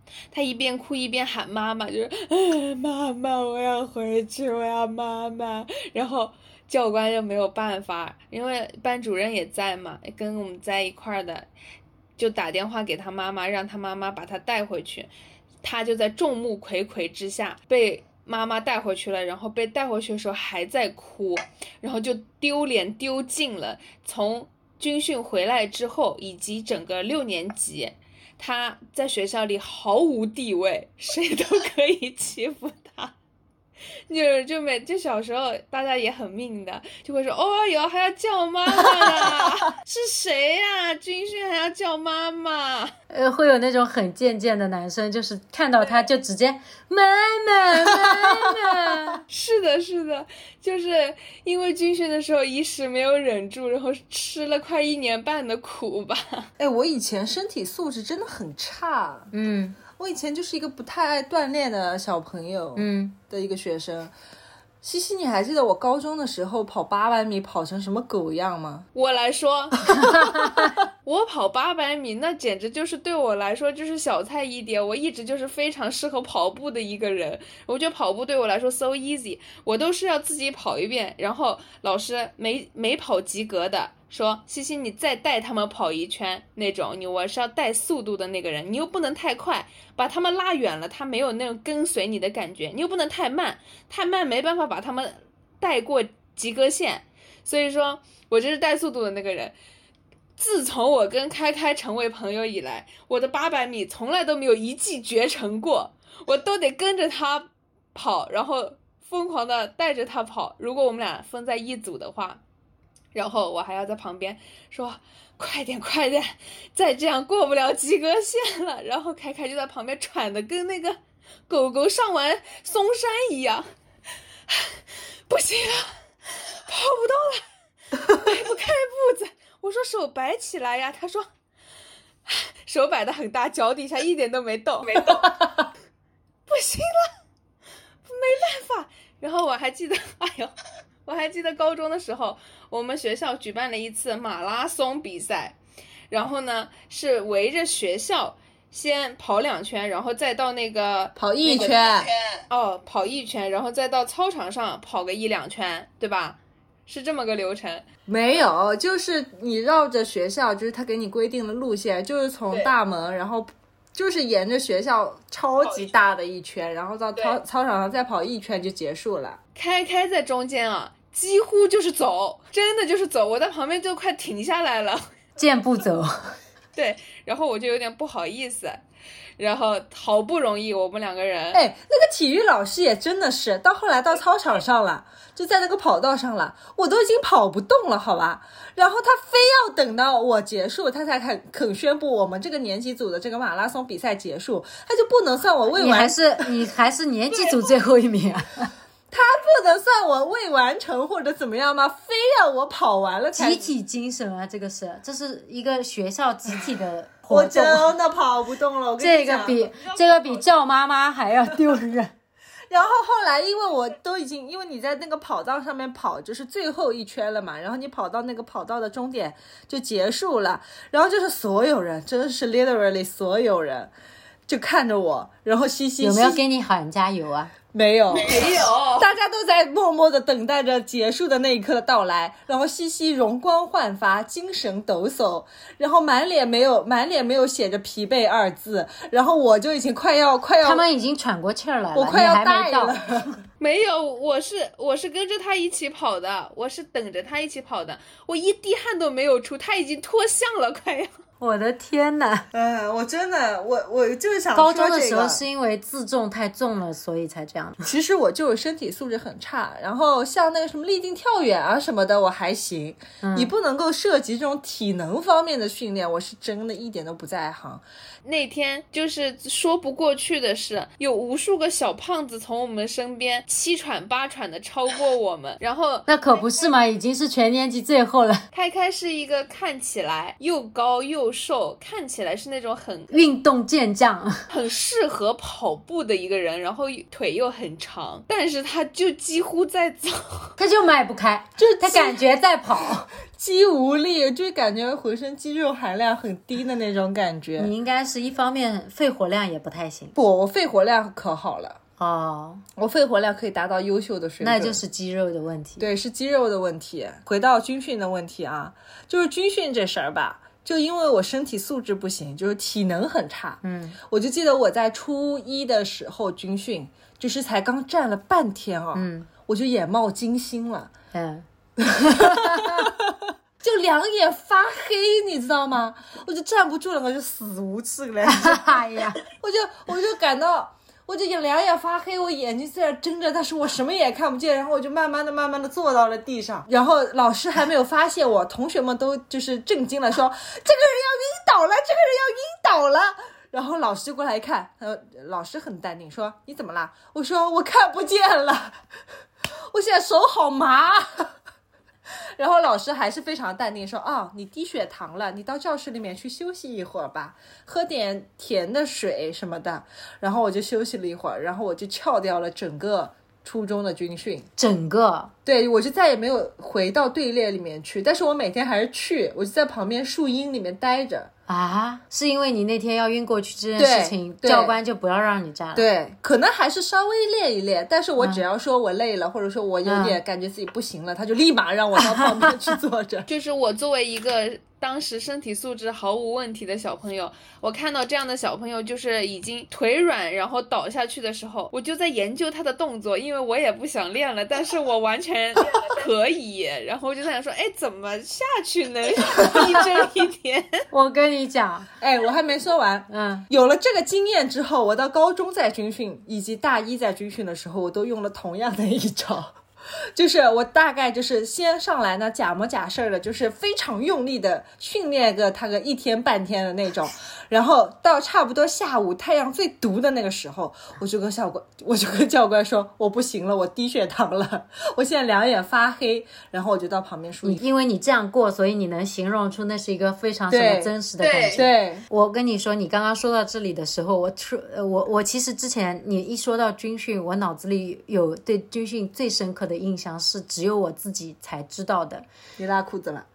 他一边哭一边喊妈妈，就是哎妈妈我要回去，我要妈妈。然后教官就没有办法，因为班主任也在嘛，跟我们在一块儿的，就打电话给他妈妈，让他妈妈把他带回去。他就在众目睽睽之下被妈妈带回去了，然后被带回去的时候还在哭，然后就丢脸丢尽了。从军训回来之后，以及整个六年级，他在学校里毫无地位，谁都可以欺负他。就就每就小时候大家也很命的，就会说哦哟还要叫妈妈啦，是谁呀、啊？军训还要叫妈妈？ 呃，会有那种很贱贱的男生，就是看到他就直接妈妈妈妈。 是的，是的，就是因为军训的时候一时没有忍住，然后吃了快一年半的苦吧。 哎，我以前身体素质真的很差， 嗯。 我以前就是一个不太爱锻炼的小朋友， 嗯， 的一个学生。西西，你还记得我高中的时候跑八百米跑成什么狗样吗？ 我来说，我跑八百米那简直就是对我来说就是小菜一碟。我一直就是非常适合跑步的一个人，我觉得跑步对我来说 so easy， 我都是要自己跑一遍，然后老师没没跑及格的说西西你再带他们跑一圈那种，你我是要带速度的那个人，你又不能太快把他们拉远了，他没有那种跟随你的感觉，你又不能太慢，太慢没办法把他们带过及格线，所以说我就是带速度的那个人。自从我跟开开成为朋友以来，我的八百米从来都没有一骑绝尘过，我都得跟着他跑，然后疯狂的带着他跑，如果我们俩分在一组的话，然后我还要在旁边说快点快点，再这样过不了及格线了。然后开开就在旁边喘的跟那个狗狗上完松山一样，不行了，跑不动了，摆不开步子。我说手摆起来呀，他说手摆的很大，脚底下一点都没动，没动，不行了，没办法。然后我还记得，哎呦。我还记得高中的时候，我们学校举办了一次马拉松比赛，然后呢是围着学校先跑两圈，然后再到那个跑一圈、 那个、哦跑一圈，然后再到操场上跑个一两圈，对吧？是这么个流程。 没有，就是你绕着学校，就是他给你规定的路线，就是从大门，然后就是沿着学校超级大的一圈，然后到操操场上再跑一圈就结束了。 开开在中间啊，几乎就是走，真的就是走，我在旁边就快停下来了， 健步走。 对，然后我就有点不好意思，然后好不容易我们两个人， 哎，那个体育老师也真的是，到后来到操场上了，就在那个跑道上了，我都已经跑不动了，好吧？然后他非要等到我结束，他才肯肯宣布我们这个年级组的这个马拉松比赛结束，他就不能算我未完， 你还是你还是年级组最后一名啊。 他不能算我未完成或者怎么样吗？非要我跑完了才。 集体精神啊，这个是，这是一个学校集体的活动。 我真的跑不动了，我跟你讲， 这个比这个比叫妈妈还要丢人。 然后后来因为我都已经，因为你在那个跑道上面跑就是最后一圈了嘛，然后你跑到那个跑道的终点就结束了，然后就是所有人，真是 literally 所有人就看着我，然后嘻嘻嘻， 有没有给你喊加油啊？ 没有， 没有， 大家都在默默的等待着结束的那一刻的到来。然后西西容光焕发，精神抖擞，然后满脸没有满脸没有写着疲惫二字。然后我就已经快要快要， 他们已经喘过气儿来了， 我快要带了。 没有，我是我是跟着他一起跑的，我是等着他一起跑的，我一滴汗都没有出，他已经脱相了，快要。 我的天哪！ 嗯，我真的，我我就是想说、这个、 高中的时候是因为自重太重了，所以才这样。 其实我就是身体素质很差，然后像那个什么立定跳远啊什么的我还行、嗯、你不能够涉及这种体能方面的训练，我是真的一点都不在行。 那天就是说不过去的是，有无数个小胖子从我们身边七喘八喘的超过我们，然后那可不是嘛，已经是全年级最后了。 开开是一个看起来又高又瘦，看起来是那种很运动健将， 很适合跑步的一个人，然后腿又很长，但是他就几乎在走， 他就迈不开，就是他感觉在跑， 肌无力，就感觉浑身肌肉含量很低的那种感觉。 你应该是一方面肺活量也不太行。 不，我肺活量可好了。 哦， 我肺活量可以达到优秀的水准， 那就是肌肉的问题。 对，是肌肉的问题。回到军训的问题啊，就是军训这事儿吧，就因为我身体素质不行，就是体能很差。 嗯， 我就记得我在初一的时候军训，就是才刚站了半天啊， 嗯，我就眼冒金星了。 嗯。 就两眼发黑，你知道吗？我就站不住了，我就死无气了。 哎呀， 我就我就感到，我就两眼发黑，我眼睛在那睁着，但是我什么也看不见。然后我就慢慢的、慢慢的坐到了地上。然后老师还没有发现我，同学们都就是震惊了，说这个人要晕倒了，这个人要晕倒了。然后老师过来一看，呃，老师很淡定，说你怎么啦？我说我看不见了，我现在手好麻。然后老师还是非常淡定说，哦，你低血糖了，你到教室里面去休息一会儿吧，喝点甜的水什么的。然后我就休息了一会儿，然后我就翘掉了整个初中的军训， 整个对，我就再也没有回到队列里面去，但是我每天还是去，我就在旁边树荫里面待着。 啊，是因为你那天要晕过去这件事情，教官就不要让你站了。 对，可能还是稍微练一练，但是我只要说我累了、嗯、或者说我有点感觉自己不行了、嗯、他就立马让我到旁边去坐着。 就是我作为一个当时身体素质毫无问题的小朋友，我看到这样的小朋友就是已经腿软然后倒下去的时候，我就在研究他的动作，因为我也不想练了，但是我完全可以，然后我就在想说，哎，怎么下去能逼真一点？ 我跟你讲， 哎，我还没说完。 嗯， 有了这个经验之后，我到高中在军训以及大一在军训的时候，我都用了同样的一招。就是我大概就是先上来呢假模假式的，就是非常用力的训练个他个一天半天的那种，然后到差不多下午太阳最毒的那个时候，我就跟教官我就跟教官说我不行了，我低血糖了，我现在两眼发黑，然后我就到旁边说， 因为你这样过，所以你能形容出那是一个非常什么真实的感觉。 对, 对我跟你说，你刚刚说到这里的时候，我我我其实之前你一说到军训，我脑子里有对军训最深刻的印象是只有我自己才知道的。 你拉裤子了？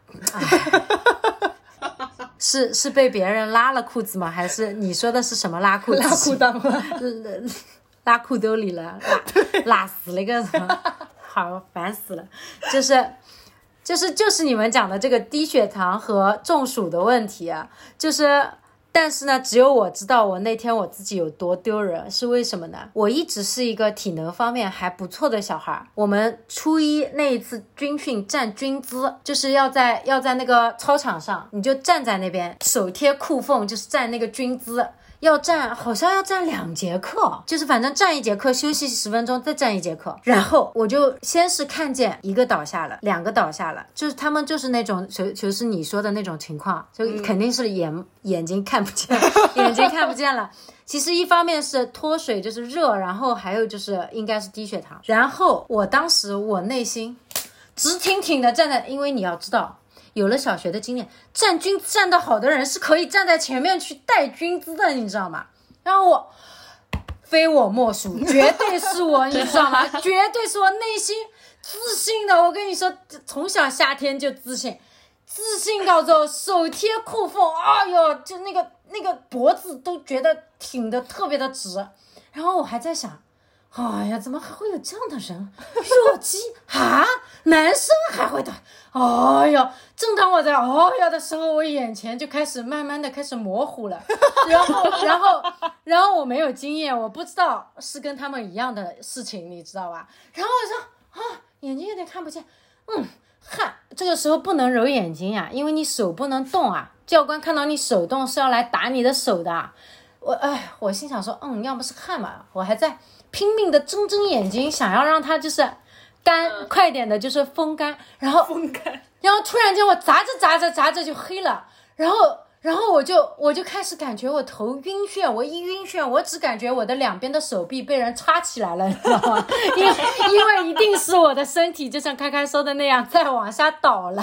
是是被别人拉了裤子吗？还是你说的是什么拉裤子？ 拉裤裆了？ 拉裤兜里了？拉拉死了个什么？好烦死了！就是就是就是你们讲的这个低血糖和中暑的问题啊，就是。但是呢，只有我知道我那天我自己有多丢人，是为什么呢？我一直是一个体能方面还不错的小孩。我们初一那一次军训站军姿，就是要在要在那个操场上，你就站在那边，手贴裤缝，就是站那个军姿。要站好像要站两节课，就是反正站一节课休息十分钟再站一节课。然后我就先是看见一个倒下了，两个倒下了，就是他们就是那种就就是你说的那种情况，就肯定是眼、嗯、眼睛看不见眼睛看不见了。其实一方面是脱水就是热，然后还有就是应该是低血糖。然后我当时我内心直挺挺的站在，因为你要知道有了小学的经验，站军姿站得好的人是可以站在前面去带军姿的，你知道吗？然后我非我莫属，绝对是我，你知道吗？绝对是我内心自信的。我跟你说，从小夏天就自信，自信到之后手贴裤缝，哎呦，就那个那个脖子都觉得挺得特别的直。然后我还在想，哎呀，怎么还会有这样的人？弱鸡啊，男生还会的。哎呀，正当我在哦呀的时候，我眼前就开始慢慢的开始模糊了。然后，然后，然后我没有经验，我不知道是跟他们一样的事情，你知道吧？然后我说啊，眼睛有点看不见，嗯，汗。这个时候不能揉眼睛呀、啊，因为你手不能动啊。教官看到你手动是要来打你的手的。我哎，我心想说，嗯，要不是汗嘛，我还在拼命的睁睁眼睛，想要让它就是干、嗯、快点的，就是风干，然后风干， 然后突然间我眨着眨着眨着就黑了，然后然后我就我就开始感觉我头晕眩，我一晕眩，我只感觉我的两边的手臂被人插起来了，你知道吗？因为因为一定是我的身体就像开开说的那样再往下倒了。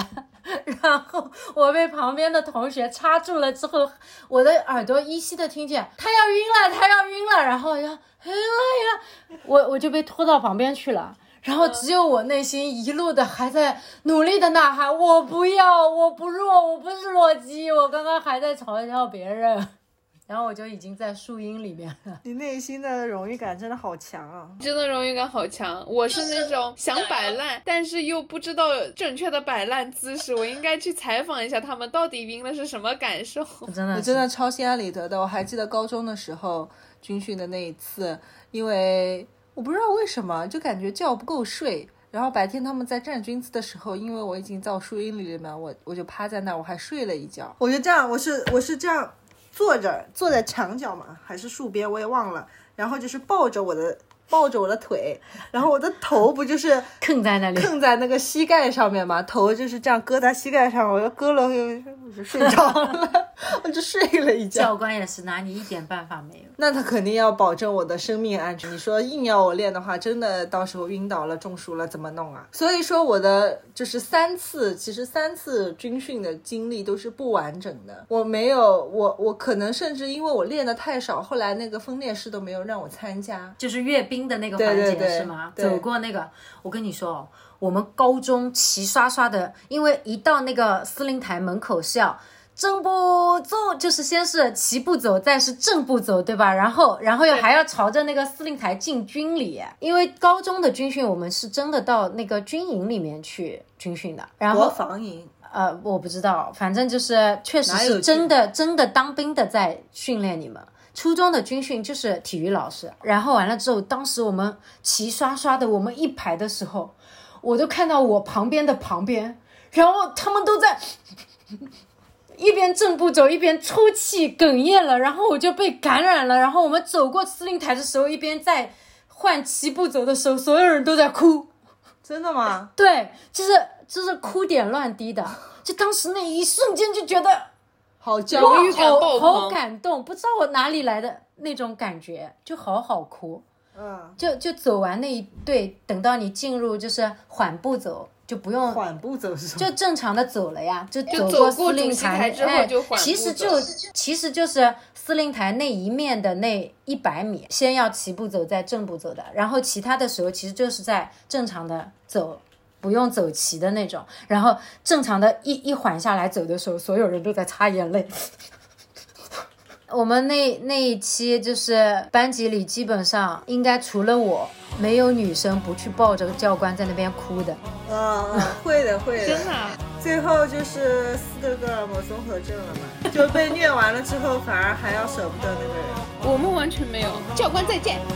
然后我被旁边的同学插住了之后，我的耳朵依稀的听见他要晕了，他要晕了，然后要晕了晕了，我我就被拖到旁边去了。然后只有我内心一路的还在努力的呐喊，我不要，我不弱，我不是弱鸡，我刚刚还在嘲笑别人。然后我就已经在树荫里面了。 你内心的荣誉感真的好强啊！ 真的荣誉感好强。我是那种想摆烂，但是又不知道正确的摆烂姿势，我应该去采访一下他们到底晕了是什么感受。 真的我真的超心安理得的。我还记得高中的时候军训的那一次，因为我不知道为什么就感觉觉不够睡，然后白天他们在站军姿的时候，因为我已经到树荫里面，我我就趴在那儿，我还睡了一觉。我就这样，我是我是这样坐着，坐在墙角嘛，还是树边我也忘了，然后就是抱着我的抱着我的腿，然后我的头不就是坑在那里， 坑在那个膝盖上面嘛，头就是这样搁在膝盖上，我就搁了，我就睡着了，我就睡了一觉。 教官也是拿你一点办法没有。 那他肯定要保证我的生命安全。你说硬要我练的话，真的到时候晕倒了、中暑了怎么弄啊？所以说我的就是三次，其实三次军训的经历都是不完整的。我没有，我我可能甚至因为我练的太少，后来那个分列式都没有让我参加， 就是阅兵的那个环节， 对对对是吗？ 对走过那个，我跟你说哦，我们高中齐刷刷的，因为一到那个司令台门口是要正步走，就是先是齐步走，再是正步走，对吧？然后，然后又还要朝着那个司令台进军礼。因为高中的军训，我们是真的到那个军营里面去军训的，然后国防营。 呃，我不知道，反正就是确实是真的真的当兵的在训练你们。初中的军训就是体育老师，然后完了之后，当时我们齐刷刷的，我们一排的时候，我都看到我旁边的旁边，然后他们都在一边正步走一边抽泣哽咽了，然后我就被感染了。然后我们走过司令台的时候，一边在换齐步走的时候，所有人都在哭。 真的吗？ 对，就是就是哭点乱滴的，就当时那一瞬间就觉得好焦虑荣誉感爆好好棚， 感动，不知道我哪里来的那种感觉，就好好哭。 嗯， 就就走完那一队，等到你进入就是缓步走，就不用缓步走是什么？ 就正常的走了呀，就就走过走过司令主席台之后哎就缓步其实就走其实就是司令台那一面的那一百米，先要齐步走，再正步走的，然后其他的时候其实就是在正常的走。不用走齐的那种，然后正常的一一缓下来走的时候，所有人都在擦眼泪。我们那那一期就是班级里基本上应该除了我，没有女生不去抱着教官在那边哭的。 嗯，会的会的。 真的啊。 最后就是斯德哥尔摩综合症了嘛，就被虐完了之后，反而还要舍不得那个人。 我们完全没有。教官再见。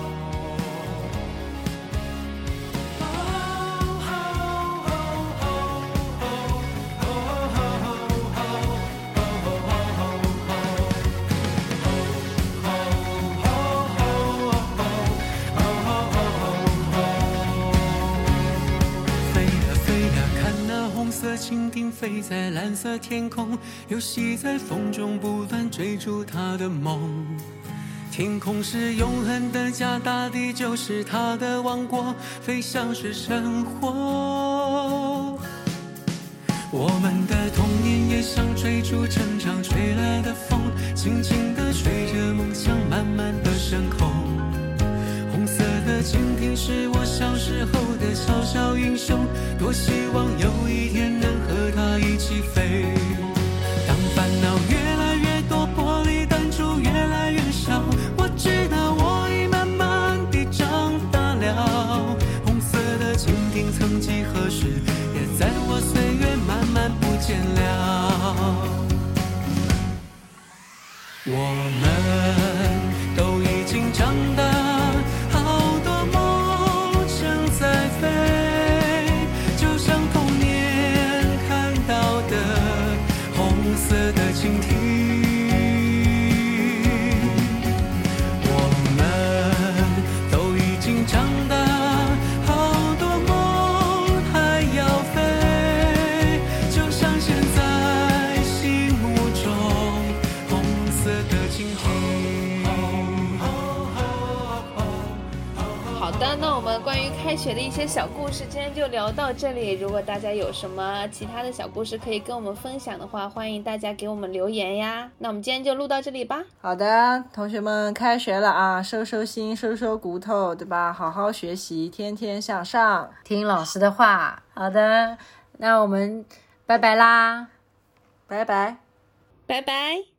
蜻蜓飞在蓝色天空，游戏在风中不断追逐它的梦。天空是永恒的家，大地就是它的王国，飞翔是生活。我们的童年也像追逐成长吹来的风，轻轻地吹着梦想慢慢的升空。红色的蜻蜓是我小时候的小小英雄，多希望有一天能和它一起飞。当烦恼越来越多，玻璃弹珠越来越小，我知道我已慢慢地长大了。红色的蜻蜓曾几何时也在我岁月慢慢不见了。我们都已经长大，蜻蜓，我们都已经长大，好多梦还要飞， 的，那我们关于开学的一些小故事今天就聊到这里。如果大家有什么其他的小故事可以跟我们分享的话，欢迎大家给我们留言呀。那我们今天就录到这里吧。 好的，同学们开学了啊，收收心，收收骨头，对吧？好好学习，天天向上， 听老师的话。好的，那我们拜拜啦， 拜拜。 拜拜。